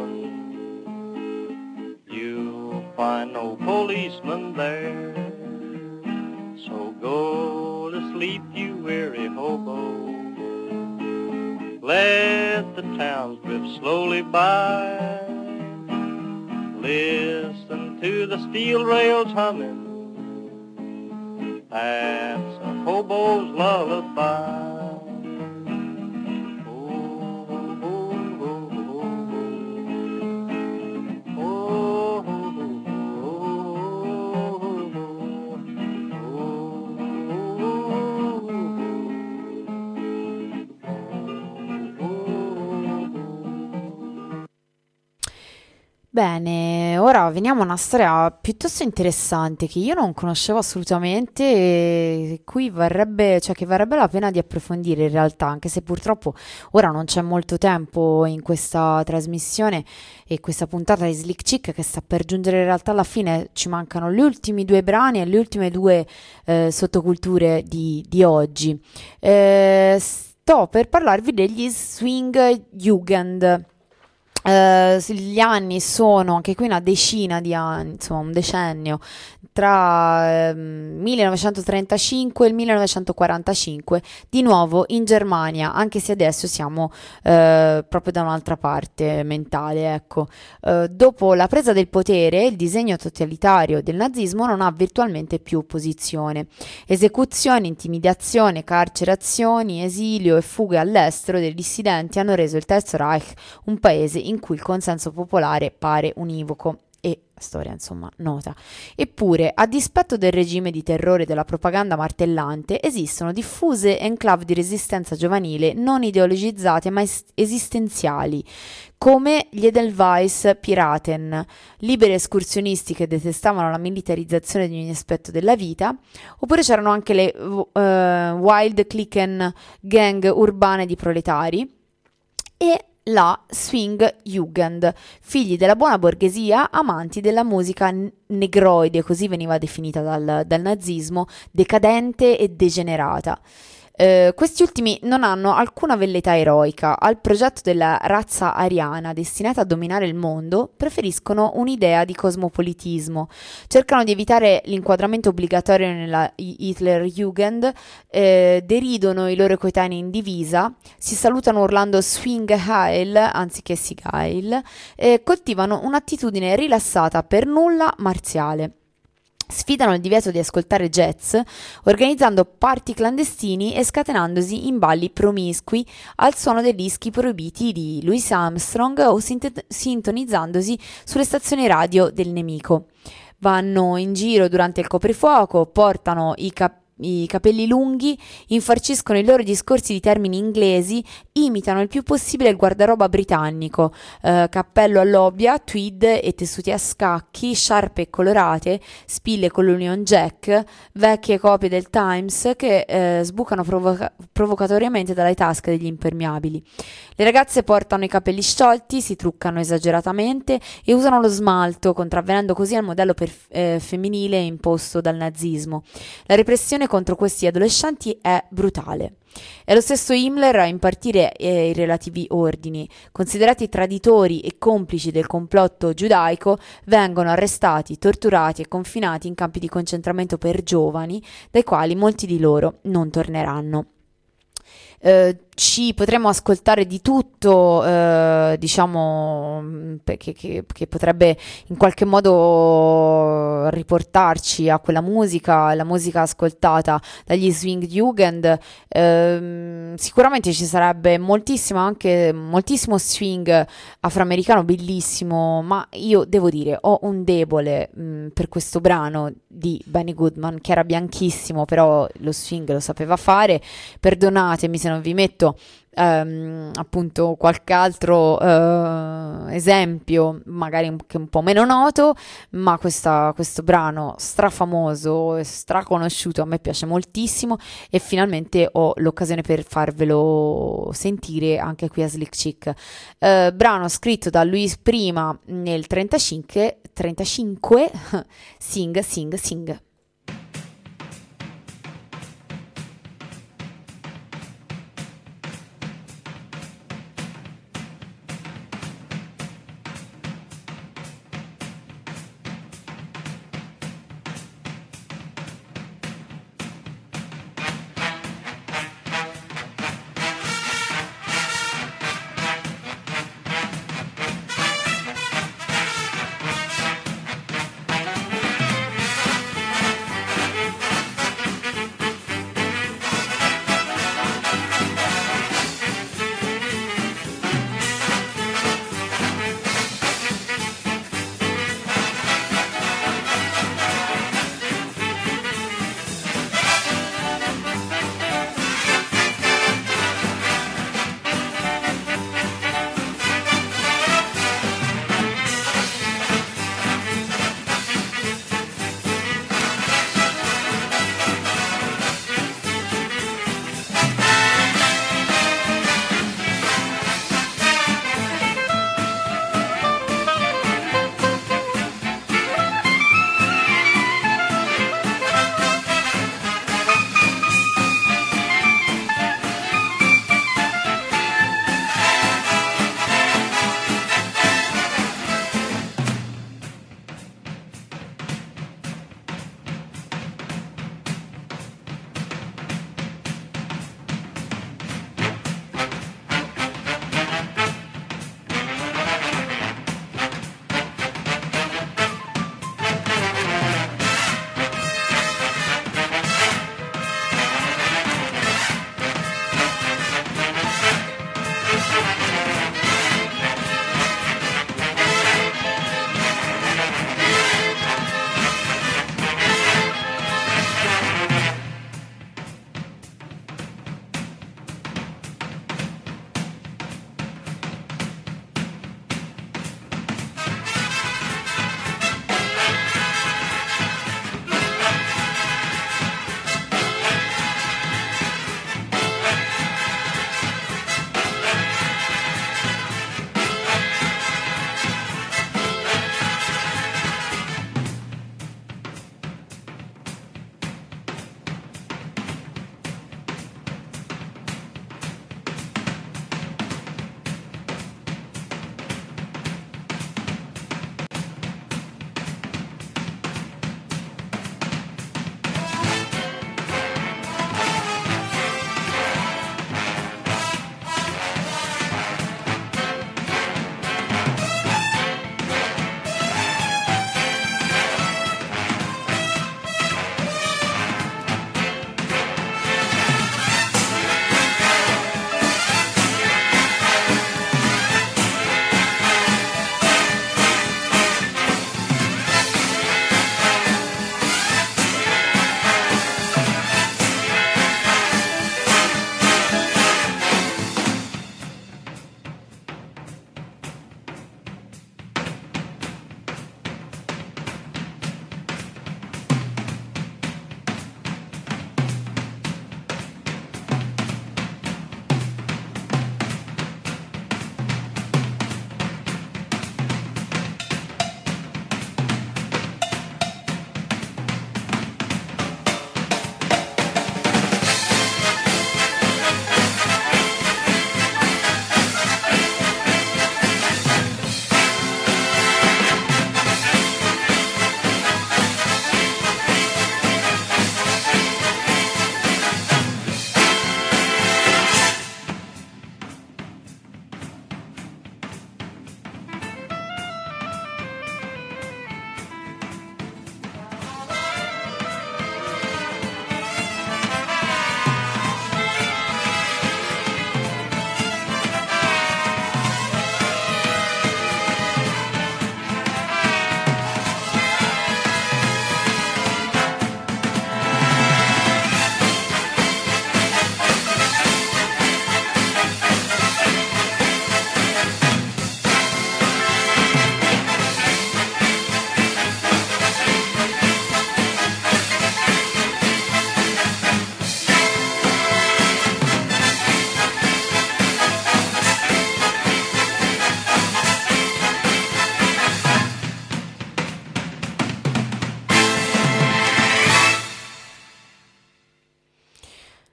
heaven, you'll find no policeman there. So go to sleep, you weary hobo. Let the towns drift slowly by. Listen to the steel rails humming. That's a hobo's lullaby. Bene, ora veniamo a una storia piuttosto interessante che io non conoscevo assolutamente e cui varrebbe, cioè che varrebbe la pena di approfondire in realtà, anche se purtroppo ora non c'è molto tempo in questa trasmissione e questa puntata di Slick Chick che sta per giungere in realtà alla fine, ci mancano gli ultimi due brani e le ultime due eh, sottoculture di, di oggi. Eh, sto per parlarvi degli Swing Jugend. Uh, gli anni sono anche qui una decina di anni, insomma un decennio, tra eh, millenovecentotrentacinque e il millenovecentoquarantacinque, di nuovo in Germania, anche se adesso siamo eh, proprio da un'altra parte mentale, ecco. Eh, dopo la presa del potere, il disegno totalitario del nazismo non ha virtualmente più opposizione. Esecuzioni, intimidazione, carcerazioni, esilio e fughe all'estero dei dissidenti hanno reso il Terzo Reich un paese in cui il consenso popolare pare univoco. E storia insomma nota. Eppure, a dispetto del regime di terrore e della propaganda martellante, esistono diffuse enclave di resistenza giovanile non ideologizzate ma es- esistenziali, come gli Edelweiss Piraten, liberi escursionisti che detestavano la militarizzazione di ogni aspetto della vita, oppure c'erano anche le uh, Wild Cliquen gang urbane di proletari, e la Swing Jugend, figli della buona borghesia, amanti della musica negroide, così veniva definita dal, dal nazismo, decadente e degenerata. Eh, questi ultimi non hanno alcuna velleità eroica. Al progetto della razza ariana destinata a dominare il mondo preferiscono un'idea di cosmopolitismo, cercano di evitare l'inquadramento obbligatorio nella Hitlerjugend, eh, deridono i loro coetanei in divisa, si salutano urlando Swing Heil anziché Sieg Heil, e coltivano un'attitudine rilassata, per nulla marziale. Sfidano il divieto di ascoltare jazz, organizzando party clandestini e scatenandosi in balli promiscui al suono dei dischi proibiti di Louis Armstrong o sint- sintonizzandosi sulle stazioni radio del nemico. Vanno in giro durante il coprifuoco, portano i cap- i capelli lunghi, infarciscono i loro discorsi di termini inglesi, imitano il più possibile il guardaroba britannico, eh, cappello all'obbia, tweed e tessuti a scacchi, sciarpe colorate, spille con l'Union Jack, vecchie copie del Times che eh, sbucano provoca- provocatoriamente dalle tasche degli impermeabili. Le ragazze portano i capelli sciolti, si truccano esageratamente e usano lo smalto, contravvenendo così al modello per, eh, femminile imposto dal nazismo. La repressione contro questi adolescenti è brutale. È lo stesso Himmler a impartire eh, i relativi ordini. Considerati traditori e complici del complotto giudaico, vengono arrestati, torturati e confinati in campi di concentramento per giovani, dai quali molti di loro non torneranno. Eh, ci potremmo ascoltare di tutto, eh, diciamo, che, che, che potrebbe in qualche modo riportarci a quella musica, la musica ascoltata dagli Swing Jugend. Eh, sicuramente ci sarebbe moltissimo, anche moltissimo swing afroamericano bellissimo, ma io devo dire, ho un debole mh, per questo brano di Benny Goodman, che era bianchissimo, però lo swing lo sapeva fare. Perdonatemi se non vi metto Um, appunto qualche altro uh, esempio magari anche un po' meno noto, ma questa, questo brano strafamoso e straconosciuto a me piace moltissimo e finalmente ho l'occasione per farvelo sentire anche qui a Slick Chick. Uh, brano scritto da Louis prima nel trentacinque, trentacinque Sing Sing Sing.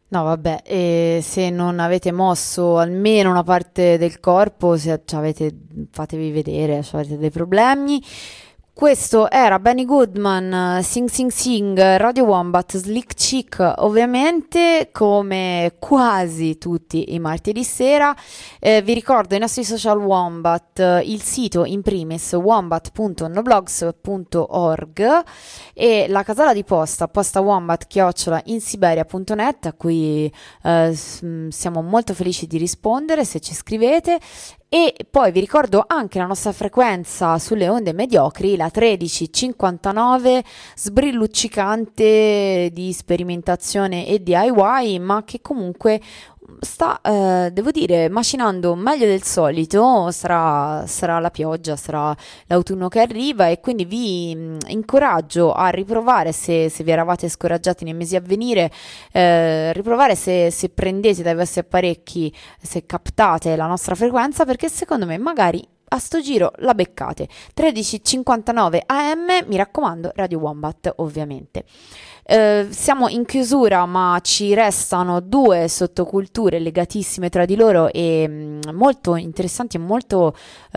No, vabbè, e se non avete mosso almeno una parte del corpo, se ci avete, fatevi vedere, se avete dei problemi. Questo era Benny Goodman, Sing Sing Sing, Radio Wombat, Slick Chick, ovviamente come quasi tutti i martedì sera. Eh, vi ricordo i nostri social Wombat, il sito in primis wombat punto noblogs punto org e la casella di posta posta wombat chiocciola insiberia punto net, a cui eh, siamo molto felici di rispondere se ci scrivete. E poi vi ricordo anche la nostra frequenza sulle onde mediocri, la tredici cinquantanove, sbrilluccicante di sperimentazione e D I Y, ma che comunque sta, eh, devo dire, macinando meglio del solito. Sarà, sarà la pioggia, sarà l'autunno che arriva, e quindi vi mh, incoraggio a riprovare, se, se vi eravate scoraggiati nei mesi a venire, eh, riprovare se, se prendete dai vostri apparecchi, se captate la nostra frequenza, perché secondo me magari a sto giro la beccate. tredici cinquantanove A M, mi raccomando, Radio Wombat ovviamente. Eh, siamo in chiusura, ma ci restano due sottoculture legatissime tra di loro e mh, molto interessanti e molto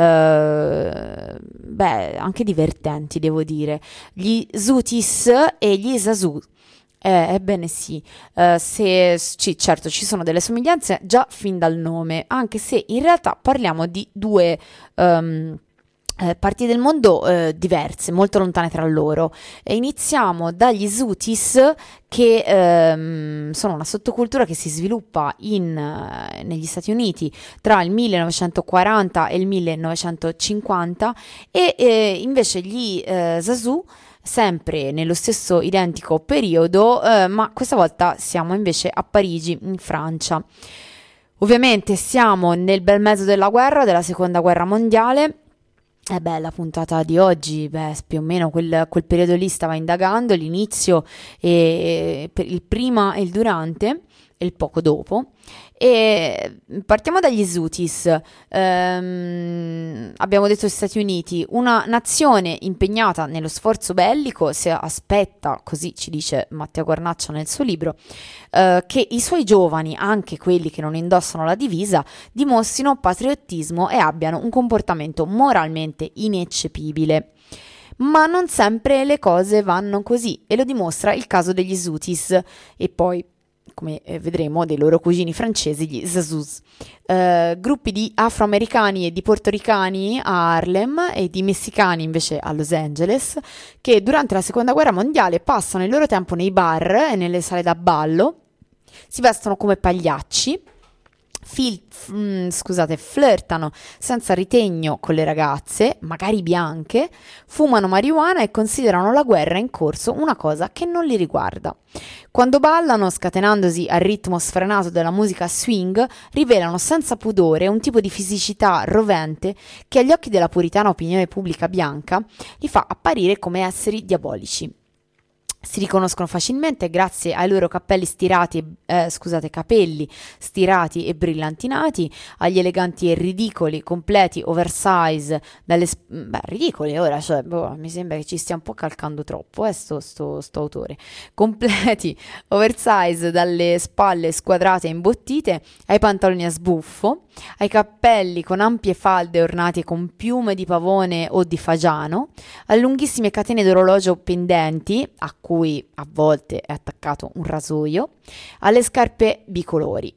eh, beh, anche divertenti, devo dire. Gli Zootis e gli Zazu. Eh, ebbene sì, eh, se, sì, certo ci sono delle somiglianze già fin dal nome, anche se in realtà parliamo di due um, eh, parti del mondo eh, diverse, molto lontane tra loro. E iniziamo dagli Zootis, che ehm, sono una sottocultura che si sviluppa in, eh, negli Stati Uniti tra il millenovecentoquaranta e il millenovecentocinquanta, e eh, invece gli eh, Zazu sempre nello stesso identico periodo, eh, ma questa volta siamo invece a Parigi, in Francia. Ovviamente siamo nel bel mezzo della guerra, della seconda guerra mondiale. E beh, la puntata di oggi, beh, più o meno quel, quel periodo lì stava indagando, l'inizio, e, e, il prima e il durante, e il poco dopo. E partiamo dagli Zootis. Ehm, abbiamo detto gli Stati Uniti, una nazione impegnata nello sforzo bellico, si aspetta, così ci dice Matteo Guarnaccia nel suo libro, eh, che i suoi giovani, anche quelli che non indossano la divisa, dimostrino patriottismo e abbiano un comportamento moralmente ineccepibile. Ma non sempre le cose vanno così, e lo dimostra il caso degli Zootis e poi, come eh, vedremo, dei loro cugini francesi, gli Zazus. Uh, gruppi di afroamericani e di portoricani a Harlem e di messicani invece a Los Angeles, che durante la seconda guerra mondiale passano il loro tempo nei bar e nelle sale da ballo, si vestono come pagliacci, Fil- f- mm, scusate, flirtano senza ritegno con le ragazze, magari bianche, fumano marijuana e considerano la guerra in corso una cosa che non li riguarda. Quando ballano, scatenandosi al ritmo sfrenato della musica swing, rivelano senza pudore un tipo di fisicità rovente che agli occhi della puritana opinione pubblica bianca li fa apparire come esseri diabolici. Si riconoscono facilmente grazie ai loro cappelli stirati, eh, scusate, capelli stirati e brillantinati, agli eleganti e ridicoli completi oversize, dalle sp- beh, ridicoli ora, cioè, boh, mi sembra che ci stia un po' calcando troppo, eh, sto, sto, sto autore, completi oversize dalle spalle squadrate e imbottite, ai pantaloni a sbuffo, ai cappelli con ampie falde ornate con piume di pavone o di fagiano, a lunghissime catene d'orologio pendenti, a cui a volte è attaccato un rasoio, alle scarpe bicolori.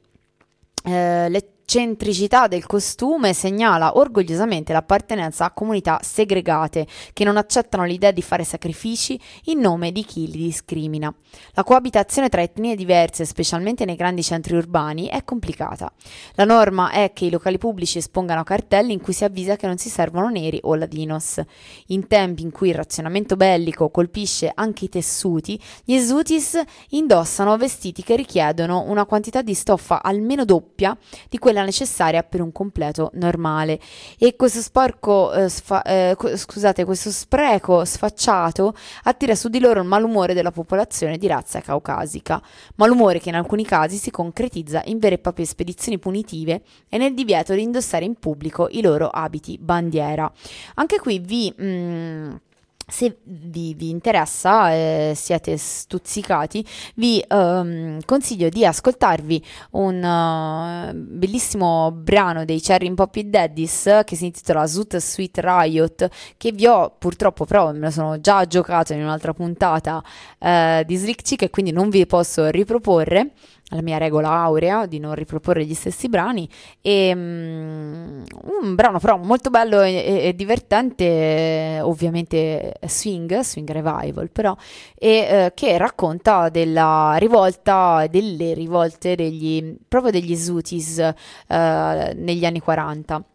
Eh, le centricità del costume segnala orgogliosamente l'appartenenza a comunità segregate che non accettano l'idea di fare sacrifici in nome di chi li discrimina. La coabitazione tra etnie diverse, specialmente nei grandi centri urbani, è complicata. La norma è che i locali pubblici espongano cartelli in cui si avvisa che non si servono neri o ladinos. In tempi in cui il razionamento bellico colpisce anche i tessuti, gli Zootis indossano vestiti che richiedono una quantità di stoffa almeno doppia di quella necessaria per un completo normale, e questo sporco eh, sfa- eh, scusate questo spreco sfacciato attira su di loro il malumore della popolazione di razza caucasica, malumore che in alcuni casi si concretizza in vere e proprie spedizioni punitive e nel divieto di indossare in pubblico i loro abiti bandiera. Anche qui vi mh, se vi, vi interessa, eh, siete stuzzicati, vi ehm, consiglio di ascoltarvi un eh, bellissimo brano dei Cherry Poppy Daddies che si intitola Zoot Sweet Riot, che vi ho purtroppo, però me lo sono già giocato in un'altra puntata eh, di Slick Chick, e quindi non vi posso riproporre, la mia regola aurea di non riproporre gli stessi brani. E um, un brano però molto bello e, e, e divertente, eh, ovviamente swing, swing revival però, e eh, che racconta della rivolta, delle rivolte degli, proprio degli Zooties eh, negli anni quaranta.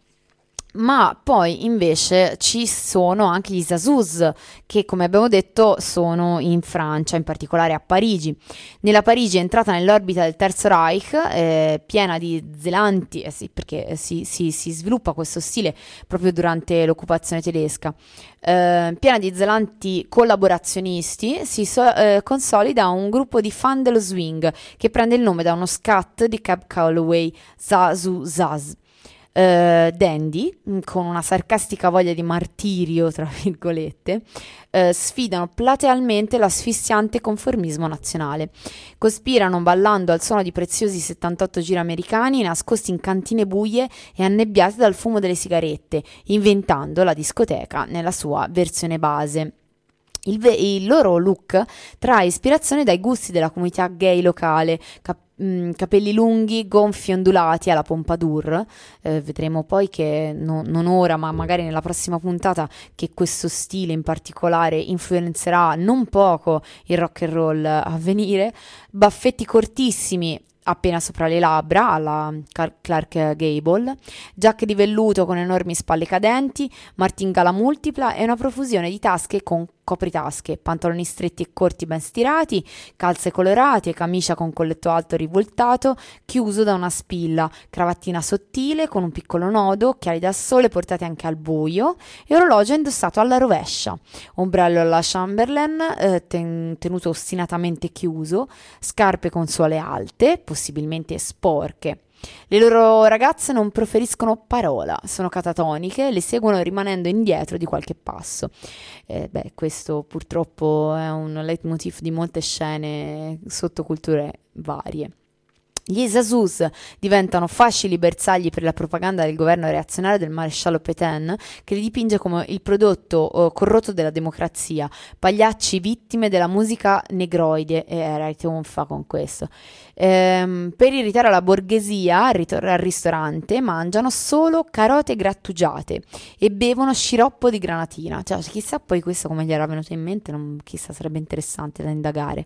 Ma poi invece ci sono anche gli Zazoos, che come abbiamo detto sono in Francia, in particolare a Parigi. Nella Parigi è entrata nell'orbita del Terzo Reich, eh, piena di zelanti, eh sì, perché si, si, si sviluppa questo stile proprio durante l'occupazione tedesca, eh, piena di zelanti collaborazionisti, si so, eh, consolida un gruppo di fan dello swing che prende il nome da uno scat di Cab Calloway, Zazu Zaz. Uh, dandy, con una sarcastica voglia di martirio, tra virgolette, uh, sfidano platealmente l'asfissiante conformismo nazionale. Cospirano ballando al suono di preziosi settantotto giri americani nascosti in cantine buie e annebbiate dal fumo delle sigarette, inventando la discoteca nella sua versione base. Il, ve- il loro look trae ispirazione dai gusti della comunità gay locale, cap- mh, capelli lunghi, gonfi ondulati alla pompadour, eh, vedremo poi che no, non ora ma magari nella prossima puntata che questo stile in particolare influenzerà non poco il rock and roll a venire, baffetti cortissimi appena sopra le labbra alla Clark Gable, giacche di velluto con enormi spalle cadenti, martingala multipla e una profusione di tasche con copritasche, pantaloni stretti e corti ben stirati, calze colorate, camicia con colletto alto rivoltato, chiuso da una spilla, cravattina sottile con un piccolo nodo, occhiali da sole portati anche al buio e orologio indossato alla rovescia, ombrello alla Chamberlain eh, ten- tenuto ostinatamente chiuso, scarpe con suole alte, possibilmente sporche. Le loro ragazze non proferiscono parola, sono catatoniche, le seguono rimanendo indietro di qualche passo. Eh, beh, questo purtroppo è un leitmotiv di molte scene sottoculture varie. Gli Zazoos diventano facili bersagli per la propaganda del governo reazionario del maresciallo Pétain, che li dipinge come il prodotto eh, corrotto della democrazia, pagliacci vittime della musica negroide, e era il trionfa con questo. Ehm, per irritare la borghesia, al ritorno al ristorante, mangiano solo carote grattugiate e bevono sciroppo di granatina. Cioè, chissà poi questo come gli era venuto in mente, non, chissà, sarebbe interessante da indagare.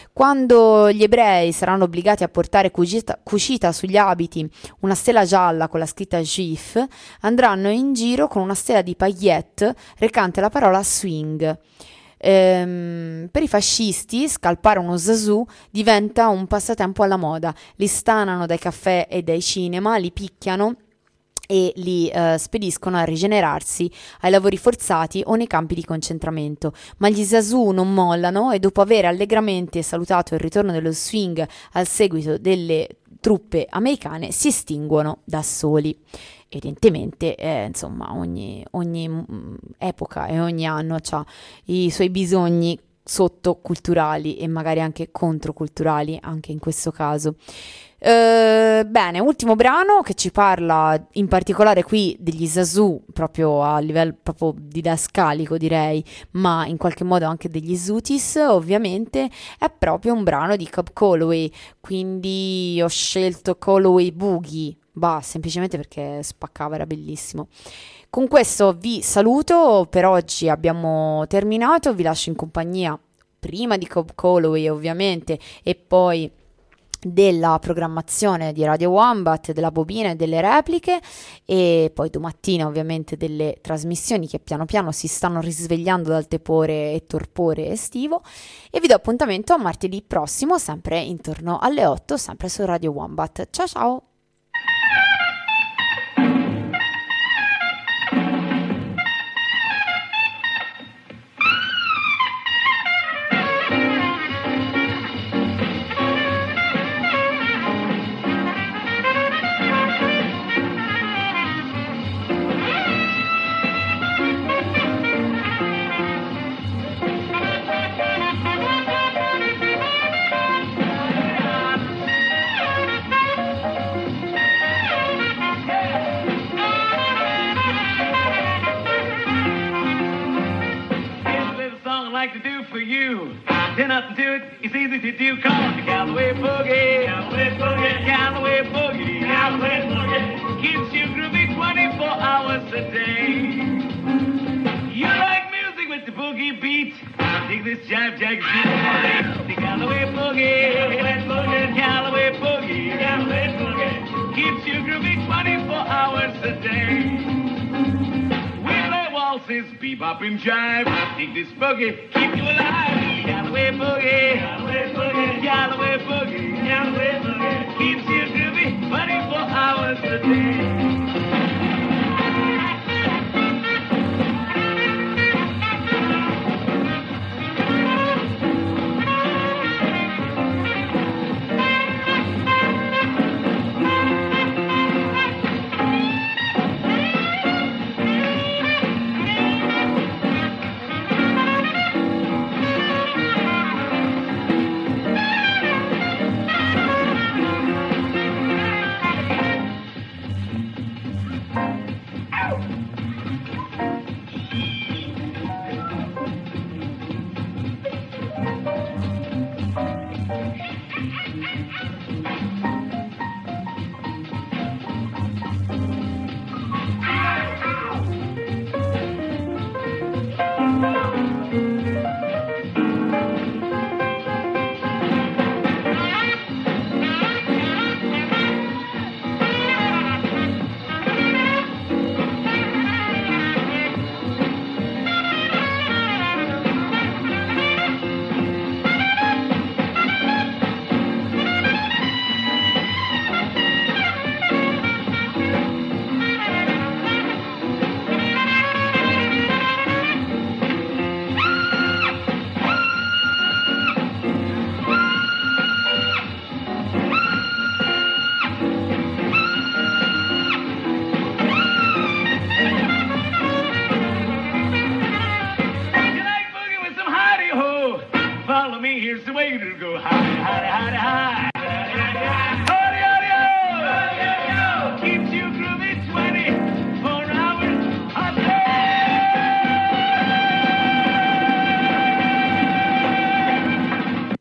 Quando gli ebrei saranno obbligati a portare cucita, cucita sugli abiti una stella gialla con la scritta Juif, andranno in giro con una stella di paillette recante la parola swing. Ehm, per i fascisti scalpare uno zazù diventa un passatempo alla moda. Li stanano dai caffè e dai cinema, li picchiano e li eh, spediscono a rigenerarsi ai lavori forzati o nei campi di concentramento. Ma gli Zazu non mollano e dopo aver allegramente salutato il ritorno dello swing al seguito delle truppe americane si estinguono da soli. Evidentemente, eh, insomma, ogni, ogni mh, epoca e ogni anno ha i suoi bisogni sottoculturali e magari anche controculturali, anche in questo caso. Uh, bene, ultimo brano che ci parla in particolare qui degli Zazu, proprio a livello proprio didascalico direi, ma in qualche modo anche degli Zooties ovviamente, è proprio un brano di Cab Calloway, quindi ho scelto Calloway Boogie, bah, semplicemente perché spaccava, era bellissimo. Con questo vi saluto, per oggi abbiamo terminato, vi lascio in compagnia prima di Cab Calloway ovviamente e poi della programmazione di Radio Wombat, della bobina e delle repliche, e poi domattina ovviamente delle trasmissioni che piano piano si stanno risvegliando dal tepore e torpore estivo, e vi do appuntamento a martedì prossimo sempre intorno alle otto, sempre su Radio Wombat. Ciao ciao! still call it the Callaway Boogie. Callaway Boogie. Callaway Boogie. Callaway Boogie. Keeps you groovy twenty-four hours a day. You like music with the boogie beat? Dig this jive jack beat. The Callaway Boogie. Callaway Boogie. Callaway Boogie. Callaway Boogie. Keeps you groovy twenty-four hours a day. We play waltzes, bebop and jive. Dig this boogie, keep you alive. The Callaway Boogie. Callaway Boogie. Callaway Boogie. Callaway Boogie. Keeps you groovy twenty-four hours a day. Follow me, here's the way to go. Howdy, howdy, howdy, high.